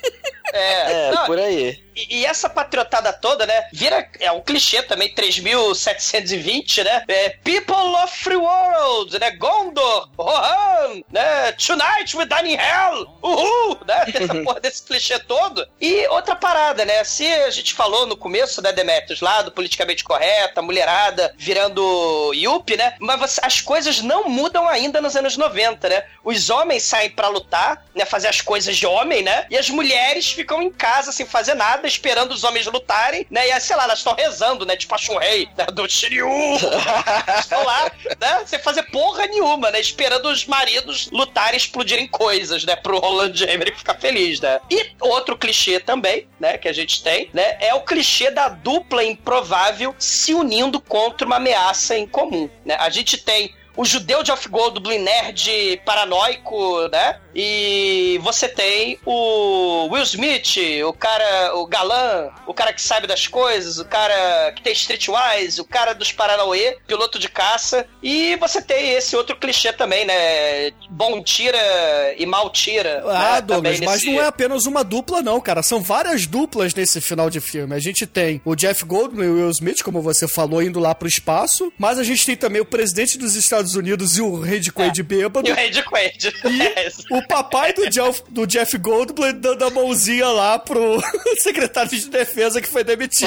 É, é não, por aí. E, e essa patriotada toda, né, vira, é um clichê também, três mil setecentos e vinte, né, é, People of Free World, né, Gondor, Rohan, né, Tonight with Dining Hell, uhul, né, tem essa porra desse clichê todo. E outra parada, né, se a gente falou no começo, né, Demetrius, lá do politicamente correto, a mulherada virando Yuppie, né, mas você, as coisas não mudam ainda nos anos noventa, né, os homens saem pra lutar, né, fazer as coisas de homem, né, e as mulheres ficam em casa sem fazer nada, esperando os homens lutarem, né? E sei lá, elas estão rezando, né? Tipo a Shunrei, né? Do Shiryu. Estão lá, né? Sem fazer porra nenhuma, né? Esperando os maridos lutarem e explodirem coisas, né? Pro Roland Emmerich ficar feliz, né? E outro clichê também, né? Que a gente tem, né? É o clichê da dupla improvável se unindo contra uma ameaça em comum, né? A gente tem o judeu Jeff Goldblum, nerd paranoico, né? E você tem o Will Smith, o cara, o galã, o cara que sabe das coisas, o cara que tem streetwise, o cara dos Paranauê, piloto de caça. E você tem esse outro clichê também, né? Bom tira e mal tira. Ah, né? Douglas, nesse... mas não é apenas uma dupla não, cara. São várias duplas nesse final de filme. A gente tem o Jeff Goldblum e o Will Smith, como você falou, indo lá pro espaço. Mas a gente tem também o presidente dos Estados Unidos e o Randy Quaid é. bêbado. E o Randy Quaid. E o papai do Jeff, do Jeff Goldblum dando a mãozinha lá pro secretário de defesa que foi demitido.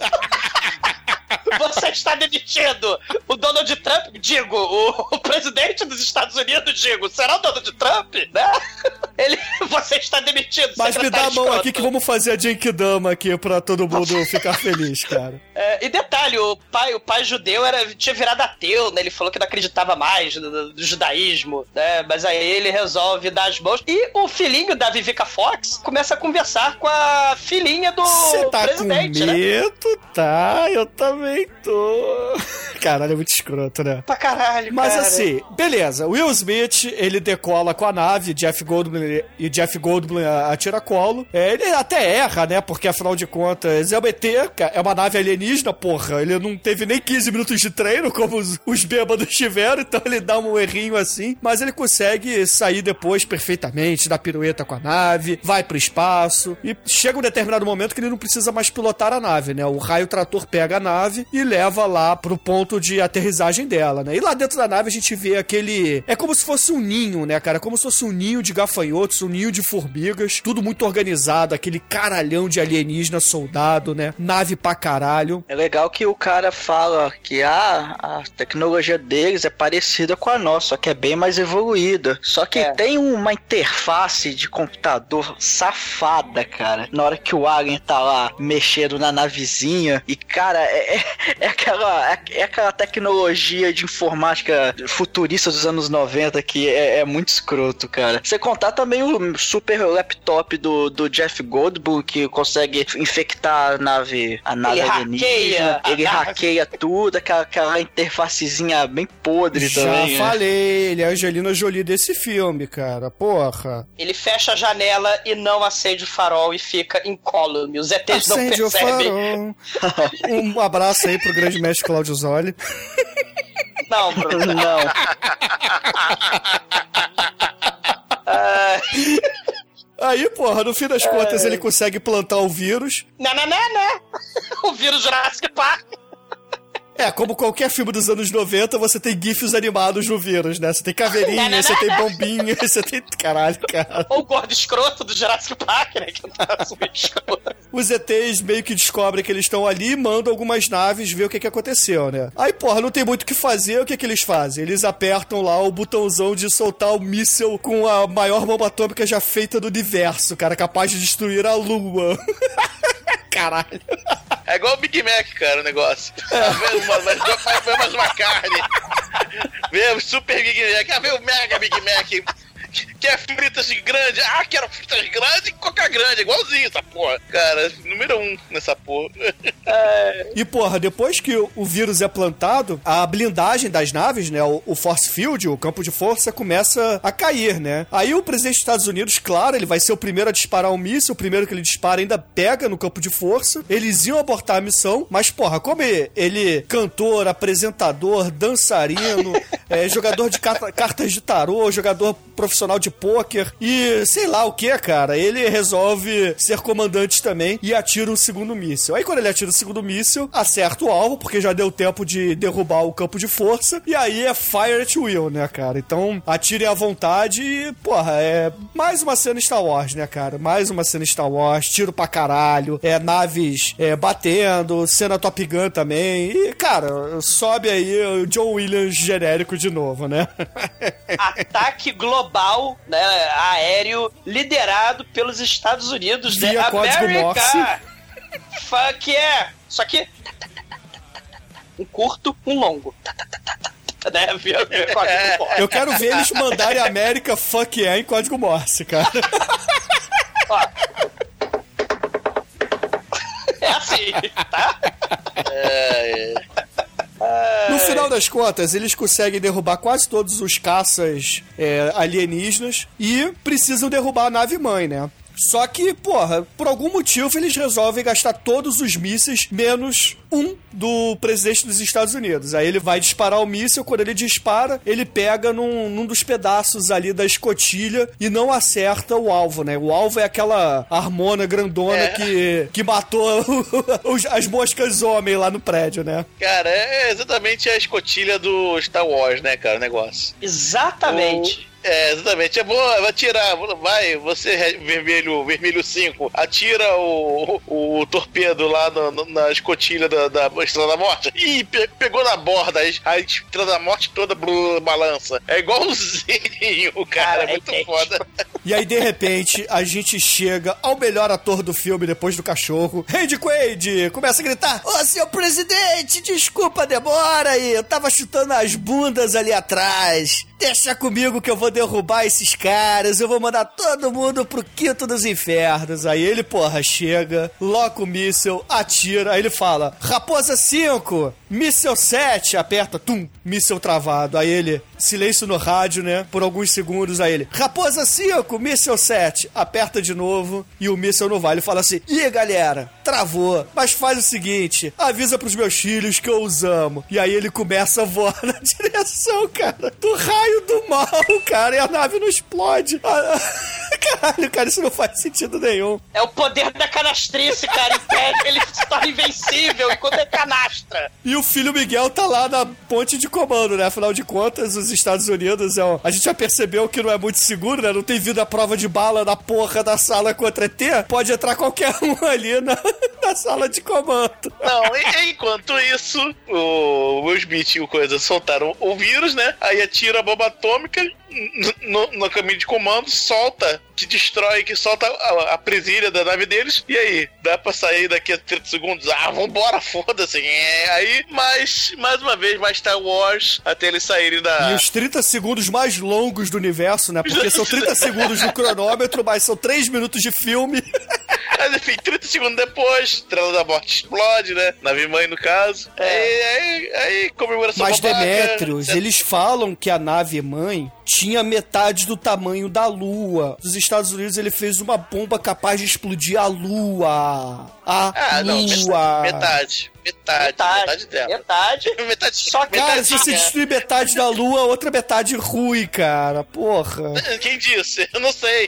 Você está demitido! O Donald Trump, digo, o, o presidente dos Estados Unidos, digo, será o Donald Trump? Né? Ele, você está demitido, mas me dá a mão aqui que vamos fazer a Genkidama aqui pra todo mundo ficar feliz, cara. É, e detalhe, o pai, o pai judeu era, tinha virado ateu, né? Ele falou que não acreditava mais no, no judaísmo, né? Mas aí ele resolve dar as mãos. E o filhinho da Vivica Fox começa a conversar com a filhinha do Cê tá presidente, com medo, né? Tá, eu também tô. Caralho, é muito escroto, né? Pra caralho, Mas cara. assim, beleza. Will Smith, ele decola com a nave, Jeff Goldblum e Jeff Goldblum atira colo. É, ele até erra, né? Porque afinal de contas é o E T, é uma nave alienígena, porra. Ele não teve nem quinze minutos de treino, como os, os bêbados tiveram, então ele dá um errinho assim. Mas ele consegue sair depois perfeitamente, dá pirueta com a nave, vai pro espaço. E chega um determinado momento que ele não precisa mais pilotar a nave, né? O raio trator pega a nave e leva lá pro ponto de aterrissagem dela, né? E lá dentro da nave a gente vê aquele... É como se fosse um ninho, né, cara? Como se fosse um ninho de gafanhotos, um ninho de formigas, tudo muito organizado, aquele caralhão de alienígena soldado, né? Nave pra caralho. É legal que o cara fala que ah, a tecnologia deles é parecida com a nossa, só que é bem mais evoluída. Só que É. tem uma interface de computador safada, cara. Na hora que o Alien tá lá mexendo na navezinha. E, cara, é, é, é aquela, é, é aquela tecnologia de informática futurista dos anos noventa que é, é muito escroto, cara. Você contar também o super laptop do, do Jeff Goldblum, que consegue infectar a nave, a nave Ele alienígena. hackeia a Ele nave. hackeia tudo, aquela, aquela interfacezinha bem podre Já também. né? falei, ele é a Angelina Jolie desse filme, cara. Porra. Ele fecha a janela e não acende o farol e fica incólume. Os E Tês não Acende o percebem. farol. Um abraço aí pro grande mestre Cláudio Zoli. Não, Bruno. Não. Ah, Aí, porra, no fim das contas ele consegue plantar o vírus. não, não, não, não. O vírus Jurassic Park. É, como qualquer filme dos anos noventa, você tem gifs animados no vírus, né? Você tem caveirinha, você tem bombinha, você tem... Caralho, cara. Ou o gordo escroto do Jurassic Park, né? Que tá super escroto. Os E Tês meio que descobrem que eles estão ali e mandam algumas naves ver o que que aconteceu, né? Aí, porra, não tem muito o que fazer, o que que eles fazem? Eles apertam lá o botãozão de soltar o míssil com a maior bomba atômica já feita do universo, cara, capaz de destruir a Lua. Caralho. É igual o Big Mac, cara, o negócio. Ah, vê uma, mas vê mais uma carne. Vê o Super Big Mac. Ah, vê o Mega Big Mac. Quer fritas grande? Ah, quero fritas grandes e coca grande. Igualzinho essa porra. Cara, número um nessa porra. E, porra, depois que o vírus é plantado, a blindagem das naves, né, o, o force field, o campo de força, começa a cair, né? Aí o presidente dos Estados Unidos, claro, ele vai ser o primeiro a disparar um míssil, o primeiro que ele dispara ainda pega no campo de força. Eles iam abortar a missão, mas, porra, como ele, ele cantor, apresentador, dançarino, é, jogador de carta, cartas de tarô, jogador profissional de pôquer e sei lá o que, cara, ele resolve ser comandante também e atira um segundo míssil. Aí quando ele atira o segundo míssil, acerta o alvo, porque já deu tempo de derrubar o campo de força, e aí é fire at will, né, cara? Então, atirem à vontade e, porra, é mais uma cena Star Wars, né, cara? Mais uma cena Star Wars, tiro pra caralho, é naves é, batendo, cena Top Gun também, e, cara, sobe aí o John Williams genérico de novo, né? Ataque global, né, aéreo, liderado pelos Estados Unidos, Via né? código Morse. Fuck yeah! Só que um curto, um longo. Né? Via, via código Morse. Eu quero ver eles mandarem a América fuck yeah em código Morse, cara. Ó. É assim, tá? É, é. No final das contas, eles conseguem derrubar quase todos os caças é, alienígenas e precisam derrubar a nave-mãe, né? Só que, porra, por algum motivo eles resolvem gastar todos os mísseis, menos um do presidente dos Estados Unidos. Aí ele vai disparar o míssil, quando ele dispara, ele pega num, num dos pedaços ali da escotilha e não acerta o alvo, né? O alvo é aquela harmona grandona É. que, que matou os- as moscas homem lá no prédio, né? Cara, é exatamente a escotilha do Star Wars, né, cara, o negócio. Exatamente. É, exatamente. É bom, vai atirar, vai, você, vermelho, vermelho cinco, atira o, o, o torpedo lá no, no, na escotilha da, da Estrela da Morte. Ih, pe, pegou na borda, aí a Estrela da Morte toda blu, balança. É igualzinho, cara, Cara, é muito é foda. E aí, de repente, a gente chega ao melhor ator do filme depois do cachorro. Randy Quaid começa a gritar: ô, senhor presidente, desculpa a demora aí, eu tava chutando as bundas ali atrás. Deixa comigo que eu vou derrubar esses caras, eu vou mandar todo mundo pro quinto dos infernos. Aí ele, porra, chega, loca o míssil, atira, aí ele fala: Raposa cinco, míssil sete, aperta, tum, míssil travado. Aí ele, silêncio no rádio, né, por alguns segundos, aí ele: Raposa cinco, míssil sete, aperta de novo e o míssil não vai. Ele fala assim: ih, galera, travou, mas faz o seguinte, avisa pros meus filhos que eu os amo. E aí ele começa a voar na direção, cara, do raio do mal, cara, e a nave não explode. Ah, caralho, cara, isso não faz sentido nenhum. É o poder da canastrice, cara. Impede, ele se torna invencível enquanto é canastra. E o filho Miguel tá lá na ponte de comando, né? Afinal de contas, os Estados Unidos é um... A gente já percebeu que não é muito seguro, né? Não tem vida à prova de bala na porra da sala contra E T. Pode entrar qualquer um ali na, na sala de comando. Não, e, enquanto isso, o Will Smith e o Coisa soltaram o vírus, né? Aí atira a bomba atômica no, no caminho de comando, solta, que destrói, que solta a, a presilha da nave deles. E aí, dá pra sair daqui a trinta segundos? Ah, vambora, foda-se. É, aí, mais, mais uma vez, mais Star Wars, até eles saírem da... E os trinta segundos mais longos do universo, né? Porque são trinta segundos no cronômetro, mas são três minutos de filme. Mas enfim, trinta segundos depois, Estrela da Morte explode, né? Nave-mãe, no caso. É. Aí, aí, aí, comemoração Mas, babaca, Demétrios, certo? eles falam que a nave-mãe tinha metade do tamanho da Lua. Nos Estados Unidos, ele fez uma bomba capaz de explodir a Lua. A ah, Lua. Não, metade. Metade. Metade, metade dela. Metade. metade. Só que, cara, se você destruir metade da Lua, outra metade ruim, cara. Porra. Quem disse? Eu não sei.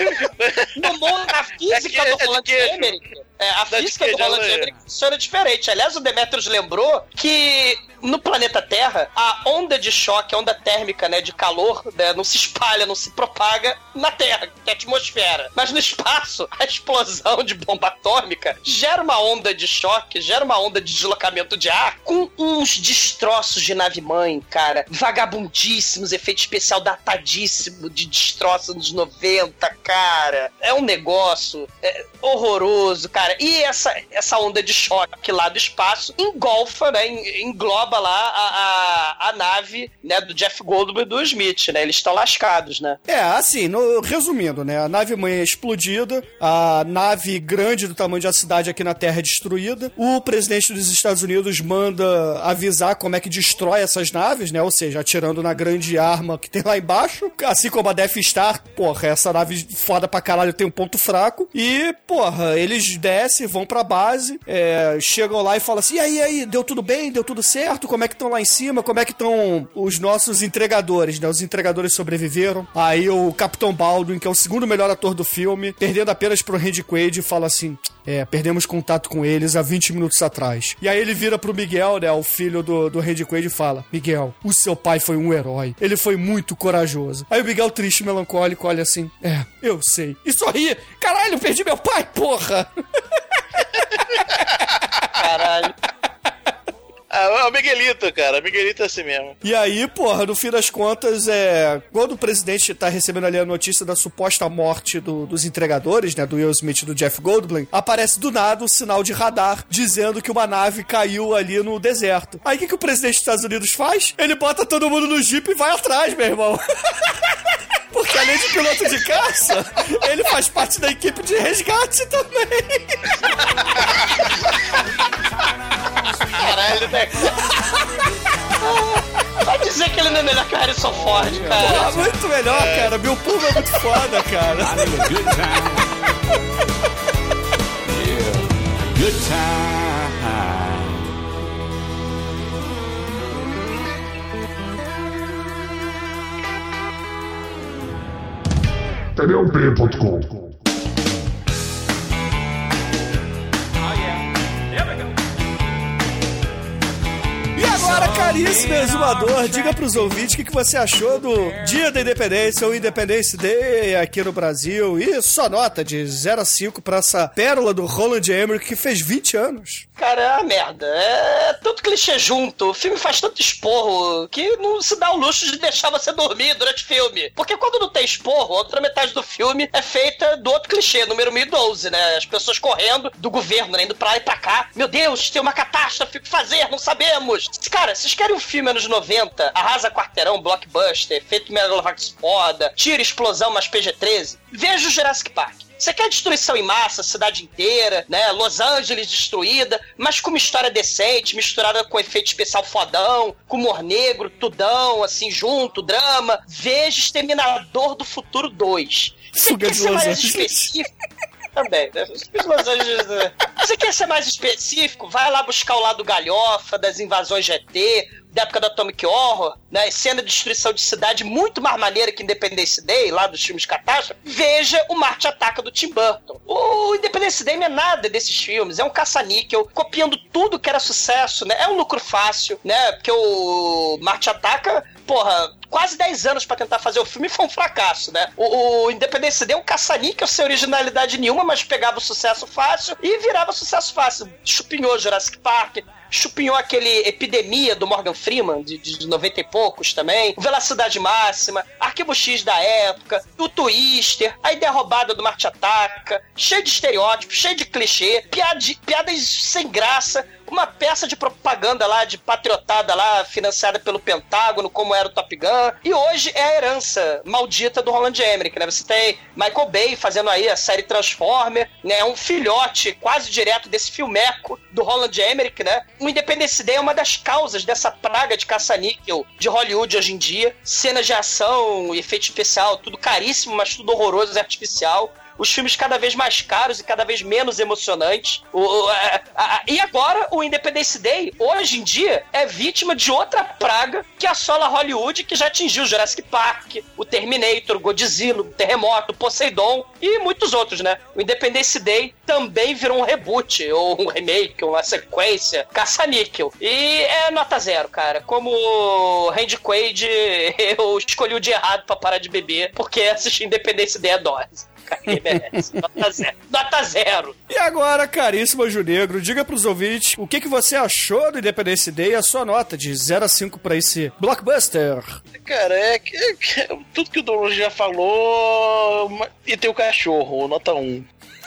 No mundo, na física é do que, Roland é Emmerich, é, a da física do Roland Emmerich funciona diferente. Aliás, o Demetrius lembrou que no planeta Terra, a onda de choque, a onda térmica, né, de calor, né, não se espalha, não se propaga na Terra, que é a atmosfera. Mas no espaço, a explosão de bomba atômica gera uma onda de choque, gera uma onda de deslocamento de ar, com uns destroços de nave-mãe, cara, vagabundíssimos, efeito especial datadíssimo, de destroços nos noventa, cara. É um negócio é, horroroso, cara. E essa, essa onda de choque lá do espaço engolfa, né, engloba lá a, a, a nave, né, do Jeff Goldblum e do Smith, né? Eles estão lascados, né? É, assim, no, resumindo, né? A nave-mãe é explodida, a nave grande do tamanho de uma cidade aqui na Terra é destruída, o presidente dos Estados Unidos manda avisar como é que destrói essas naves, né? Ou seja, atirando na grande arma que tem lá embaixo, assim como a Death Star, porra, essa nave foda pra caralho tem um ponto fraco, e, porra, eles descem, vão pra base, é, chegam lá e falam assim, e aí, e aí, deu tudo bem? Deu tudo certo? Como é que estão lá em cima? Como é que estão os nossos entregadores, né? Os entregadores sobreviveram. Aí o Capitão Baldwin, que é o segundo melhor ator do filme, perdendo apenas pro Randy Quaid, fala assim, é, perdemos contato com eles há vinte minutos atrás. E aí ele vira pro Miguel, né, o filho do, do Randy Quaid, e fala, Miguel, o seu pai foi um herói. Ele foi muito corajoso. Aí o Miguel, triste, melancólico, olha assim, é, eu sei. E sorri. Caralho, perdi meu pai, porra! Caralho. Ah, o Miguelito, cara. O Miguelito é assim mesmo. E aí, porra, no fim das contas, é... quando o presidente tá recebendo ali a notícia da suposta morte do, dos entregadores, né, do Will Smith e do Jeff Goldblum, aparece do nada um sinal de radar dizendo que uma nave caiu ali no deserto. Aí o que, que o presidente dos Estados Unidos faz? Ele bota todo mundo no Jeep e vai atrás, meu irmão. Porque além de piloto de caça, ele faz parte da equipe de resgate também. Caralho, né? Vai dizer que ele não é melhor que o Harrison Ford, cara. Porra, muito melhor, é. cara. Bill Pullman é muito foda, cara. Good time. T D um P ponto com. Agora, caríssimo exumador, diga pros ouvintes o que, que você achou do Dia da Independência ou Independence Day aqui no Brasil. E só nota de zero a cinco pra essa pérola do Roland Emmerich que fez vinte anos. Cara, é uma merda. É tanto clichê junto. O filme faz tanto esporro que não se dá o luxo de deixar você dormir durante o filme. Porque quando não tem esporro, a outra metade do filme é feita do outro clichê, número mil e doze, né? As pessoas correndo do governo, né? Indo pra lá e pra cá. Meu Deus, tem uma catástrofe, o que fazer? Não sabemos. Cara, vocês querem um filme anos noventa, arrasa quarteirão, blockbuster, efeito Megalovax foda, tiro, explosão, mas P G treze? Veja o Jurassic Park. Você quer destruição em massa, cidade inteira, né? Los Angeles destruída, mas com uma história decente, misturada com efeito especial fodão, com humor negro, tudão, assim, junto, drama. Veja Exterminador do Futuro dois. Você Fuga quer de ser Los mais Angeles. específico? Também, né? Los Angeles, né? Você quer ser mais específico? Vai lá buscar o lado galhofa das invasões G T, da época do Atomic Horror, né? Cena de destruição de cidade muito mais maneira que Independence Day, lá dos filmes de catástrofe. Veja o Marte Ataca do Tim Burton. O Independence Day não é nada desses filmes, é um caça-níquel, copiando tudo que era sucesso, né? É um lucro fácil, né? Porque o Marte Ataca porra, quase dez anos pra tentar fazer o filme e foi um fracasso, né? O, o Independence Day é um caça-níquel sem originalidade nenhuma, mas pegava o sucesso fácil e virava sucesso fácil. Chupinhou Jurassic Park, chupinhou aquele Epidemia do Morgan Freeman, de, de noventa e poucos também, Velocidade Máxima, Arquivo X da época, o Twister, a ideia roubada do Marte Ataca, cheio de estereótipos, cheio de clichê, piada, piadas sem graça, uma peça de propaganda lá, de patriotada lá, financiada pelo Pentágono, como era o Top Gun, e hoje é a herança maldita do Roland Emmerich, né? Você tem Michael Bay fazendo aí a série Transformer, né? Um filhote quase direto desse filmeco do Roland Emmerich, né? O Independence Day é uma das causas dessa praga de caça-níquel de Hollywood hoje em dia. Cenas de ação, efeito especial, tudo caríssimo, mas tudo horroroso e artificial. Os filmes cada vez mais caros e cada vez menos emocionantes. O, o, a, a, e agora, o Independence Day, hoje em dia, é vítima de outra praga que assola Hollywood, que já atingiu o Jurassic Park, o Terminator, o Godzilla, o Terremoto, o Poseidon e muitos outros, né? O Independence Day também virou um reboot, ou um remake, ou uma sequência, caça-níquel. E é nota zero, cara. Como Randy Quaid, eu escolhi o dia errado pra parar de beber, porque assistir Independence Day é dose. Nota zero. Nota zero. E agora, caríssimo Anjo Negro, diga pros ouvintes o que, que você achou do Independence Day e a sua nota de zero a cinco pra esse blockbuster. Cara, é, é, é tudo que o Douglas já falou. E tem o cachorro, nota um.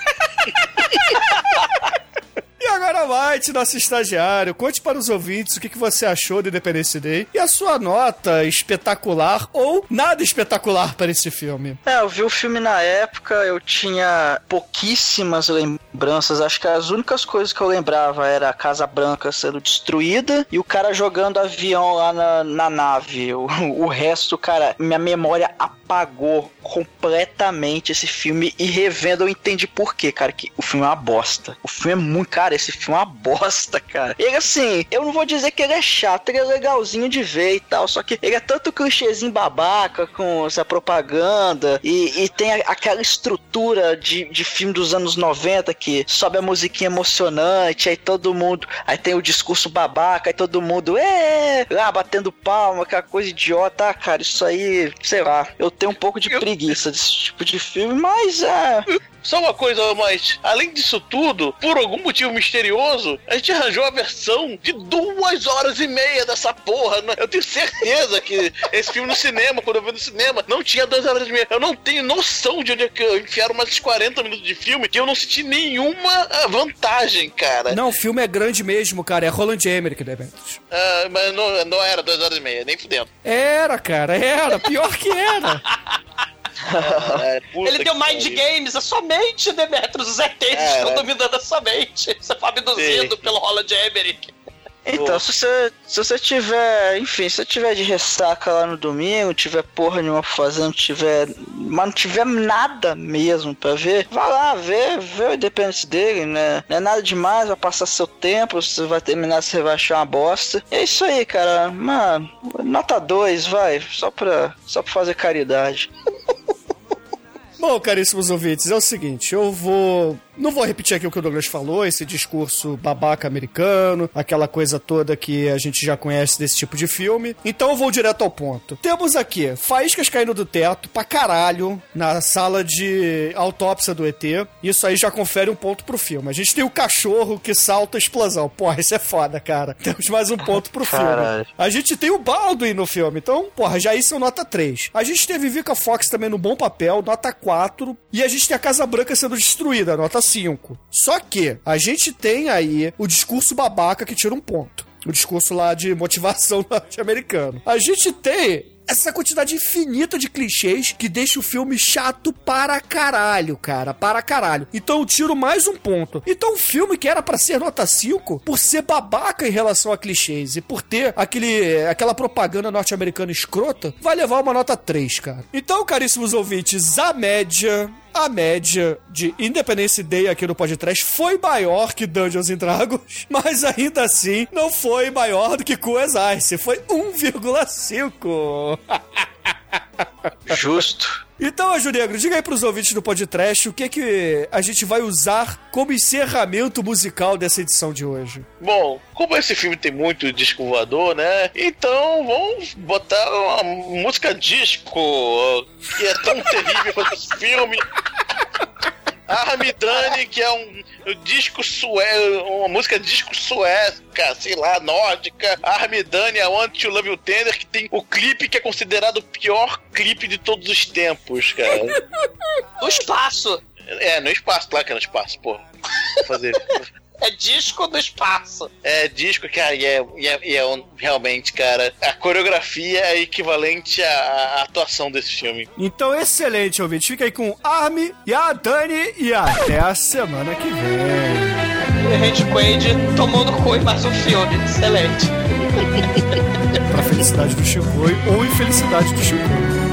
E agora, Mike, nosso estagiário, conte para os ouvintes o que, que você achou do Independence Day e a sua nota espetacular ou nada espetacular para esse filme. É, eu vi o filme na época, eu tinha pouquíssimas lembranças, acho que as únicas coisas que eu lembrava era a Casa Branca sendo destruída e o cara jogando avião lá na, na nave. O, o resto, cara, minha memória apagou completamente esse filme e revendo eu entendi por quê, cara, que o filme é uma bosta. O filme é muito... Cara, esse filme é uma bosta, cara. Ele, assim, eu não vou dizer que ele é chato, ele é legalzinho de ver e tal, só que ele é tanto clichêzinho babaca com essa propaganda e, e tem a, aquela estrutura de, de filme dos anos noventa que sobe a musiquinha emocionante, aí todo mundo, aí tem o discurso babaca, aí todo mundo, é, lá batendo palma, aquela coisa idiota. Ah, cara, isso aí, sei lá, eu tenho um pouco de eu... preguiça desse tipo de filme, mas é... Só uma coisa, mas além disso tudo, por algum motivo misterioso, a gente arranjou a versão de duas horas e meia dessa porra. Eu tenho certeza que esse filme no cinema, quando eu vi no cinema, não tinha duas horas e meia. Eu não tenho noção de onde é que enfiaram mais quarenta minutos de filme que eu não senti nenhuma vantagem, cara. Não, o filme é grande mesmo, cara. É Roland Emmerich, né, Bentos? Ah, mas não, não era duas horas e meia, nem fudendo. Era, cara, era. Pior que era. Ah, ele deu mind pariu. Games, a sua mente, Demetrius. Os E Tês é, estão é. dominando a sua mente. Você foi abduzido Sim. pelo Roland Emmerich. Então, se você, se você tiver, enfim, se você tiver de ressaca lá no domingo, tiver porra nenhuma pra fazer, não tiver, mas não tiver nada mesmo pra ver, vai lá, vê, vê o Independence Day, né? Não é nada demais, vai passar seu tempo, você vai terminar, você vai achar uma bosta. É isso aí, cara, mano, nota dois, vai, só pra, só pra fazer caridade. Bom, caríssimos ouvintes, é o seguinte, eu vou... Não vou repetir aqui o que o Douglas falou, esse discurso babaca americano, aquela coisa toda que a gente já conhece desse tipo de filme. Então eu vou direto ao ponto. Temos aqui faíscas caindo do teto pra caralho na sala de autópsia do E T. Isso aí já confere um ponto pro filme. A gente tem o cachorro que salta a explosão. Porra, isso é foda, cara. Temos mais um ponto pro filme. Caralho. A gente tem o Baldwin no filme. Então, porra, já isso é nota três. A gente teve Vivica Fox também no bom papel, nota quatro. E a gente tem a Casa Branca sendo destruída, nota cinco. Só que a gente tem aí o discurso babaca que tira um ponto. O discurso lá de motivação norte-americano. A gente tem essa quantidade infinita de clichês que deixa o filme chato para caralho, cara. Para caralho. Então eu tiro mais um ponto. Então o filme que era pra ser nota cinco, por ser babaca em relação a clichês e por ter aquele, aquela propaganda norte-americana escrota, vai levar uma nota três, cara. Então, caríssimos ouvintes, a média... A média de Independence Day aqui no podcast foi maior que Dungeons and Dragons, mas ainda assim não foi maior do que Cool as Ice. Foi um vírgula cinco. Justo. Então, Anjo Negro, diga aí pros ouvintes do podcast o que que a gente vai usar como encerramento musical dessa edição de hoje. Bom, como esse filme tem muito disco voador, né? Então vamos botar uma música disco, que é tão terrível quanto esse filme. Armidani, que é um, um disco sueco, uma música disco sueca, sei lá, nórdica. Armidani, I Want to Love You Tender, que tem o clipe que é considerado o pior clipe de todos os tempos, cara. No espaço. É, no espaço, claro que é no espaço, pô. Vou fazer... É disco do espaço. É disco, cara, e é, e é, e é um, realmente, cara, a coreografia é equivalente à, à atuação desse filme. Então, excelente, ouvinte. Fica aí com Army e a Dani e até a semana que vem. E a gente Quaid tomou no cu em mais um filme. Excelente. Pra felicidade do Chicoio ou infelicidade do Chicoio.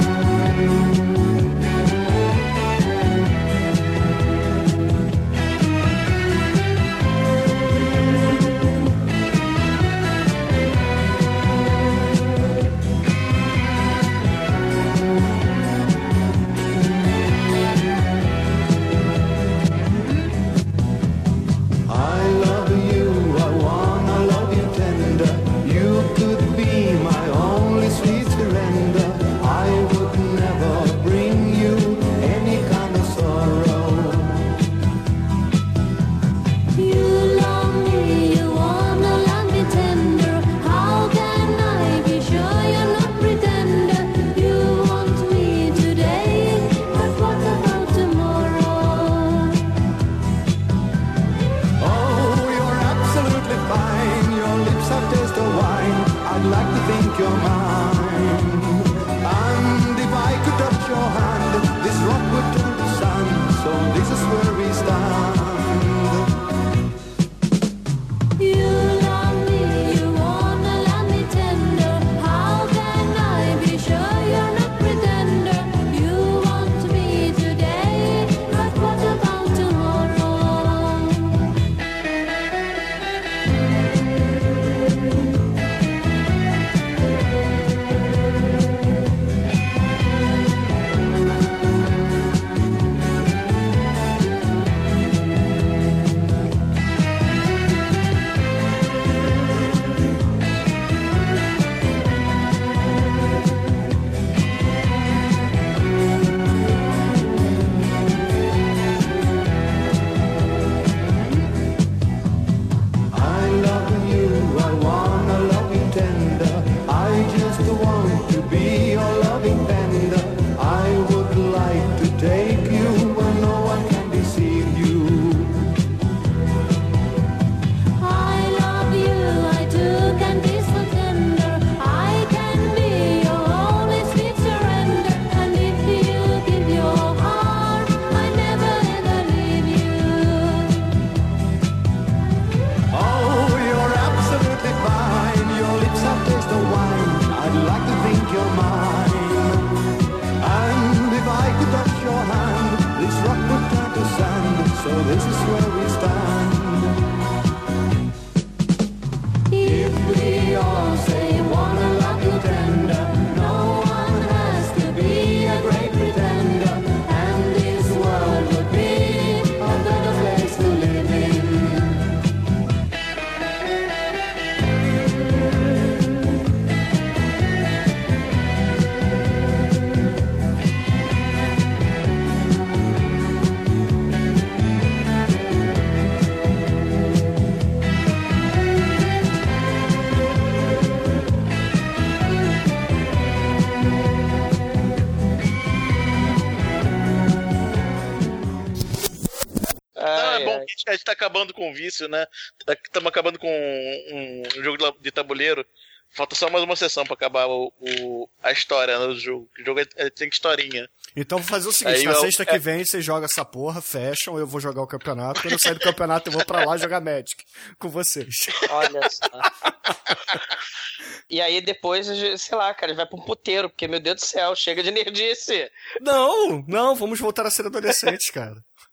A gente tá acabando com o vício, né? Estamos acabando com um, um jogo de tabuleiro. Falta só mais uma sessão pra acabar o, o, a história, né, do jogo. O jogo é, é, tem historinha. Então vou fazer o seguinte, aí na eu, sexta é... que vem você joga essa porra, fecham, eu vou jogar o campeonato. Quando eu sair do campeonato eu vou pra lá jogar Magic com vocês. Olha só. E aí depois, sei lá, cara, vai pra um puteiro, porque, meu Deus do céu, chega de nerdice. Não, não, vamos voltar a ser adolescentes, cara.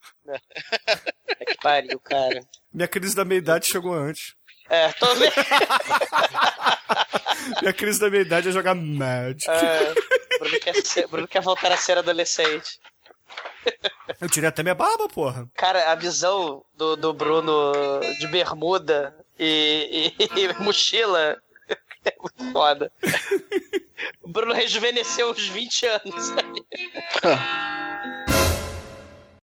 É que pariu, cara. Minha crise da meia-idade chegou antes. É, tô vendo. Minha crise da minha idade é jogar Magic. É, Bruno, quer ser, Bruno quer voltar a ser adolescente. Eu tirei até minha barba, porra. Cara, a visão do, do Bruno de bermuda e, e, e mochila é muito foda. O Bruno rejuvenesceu uns vinte anos.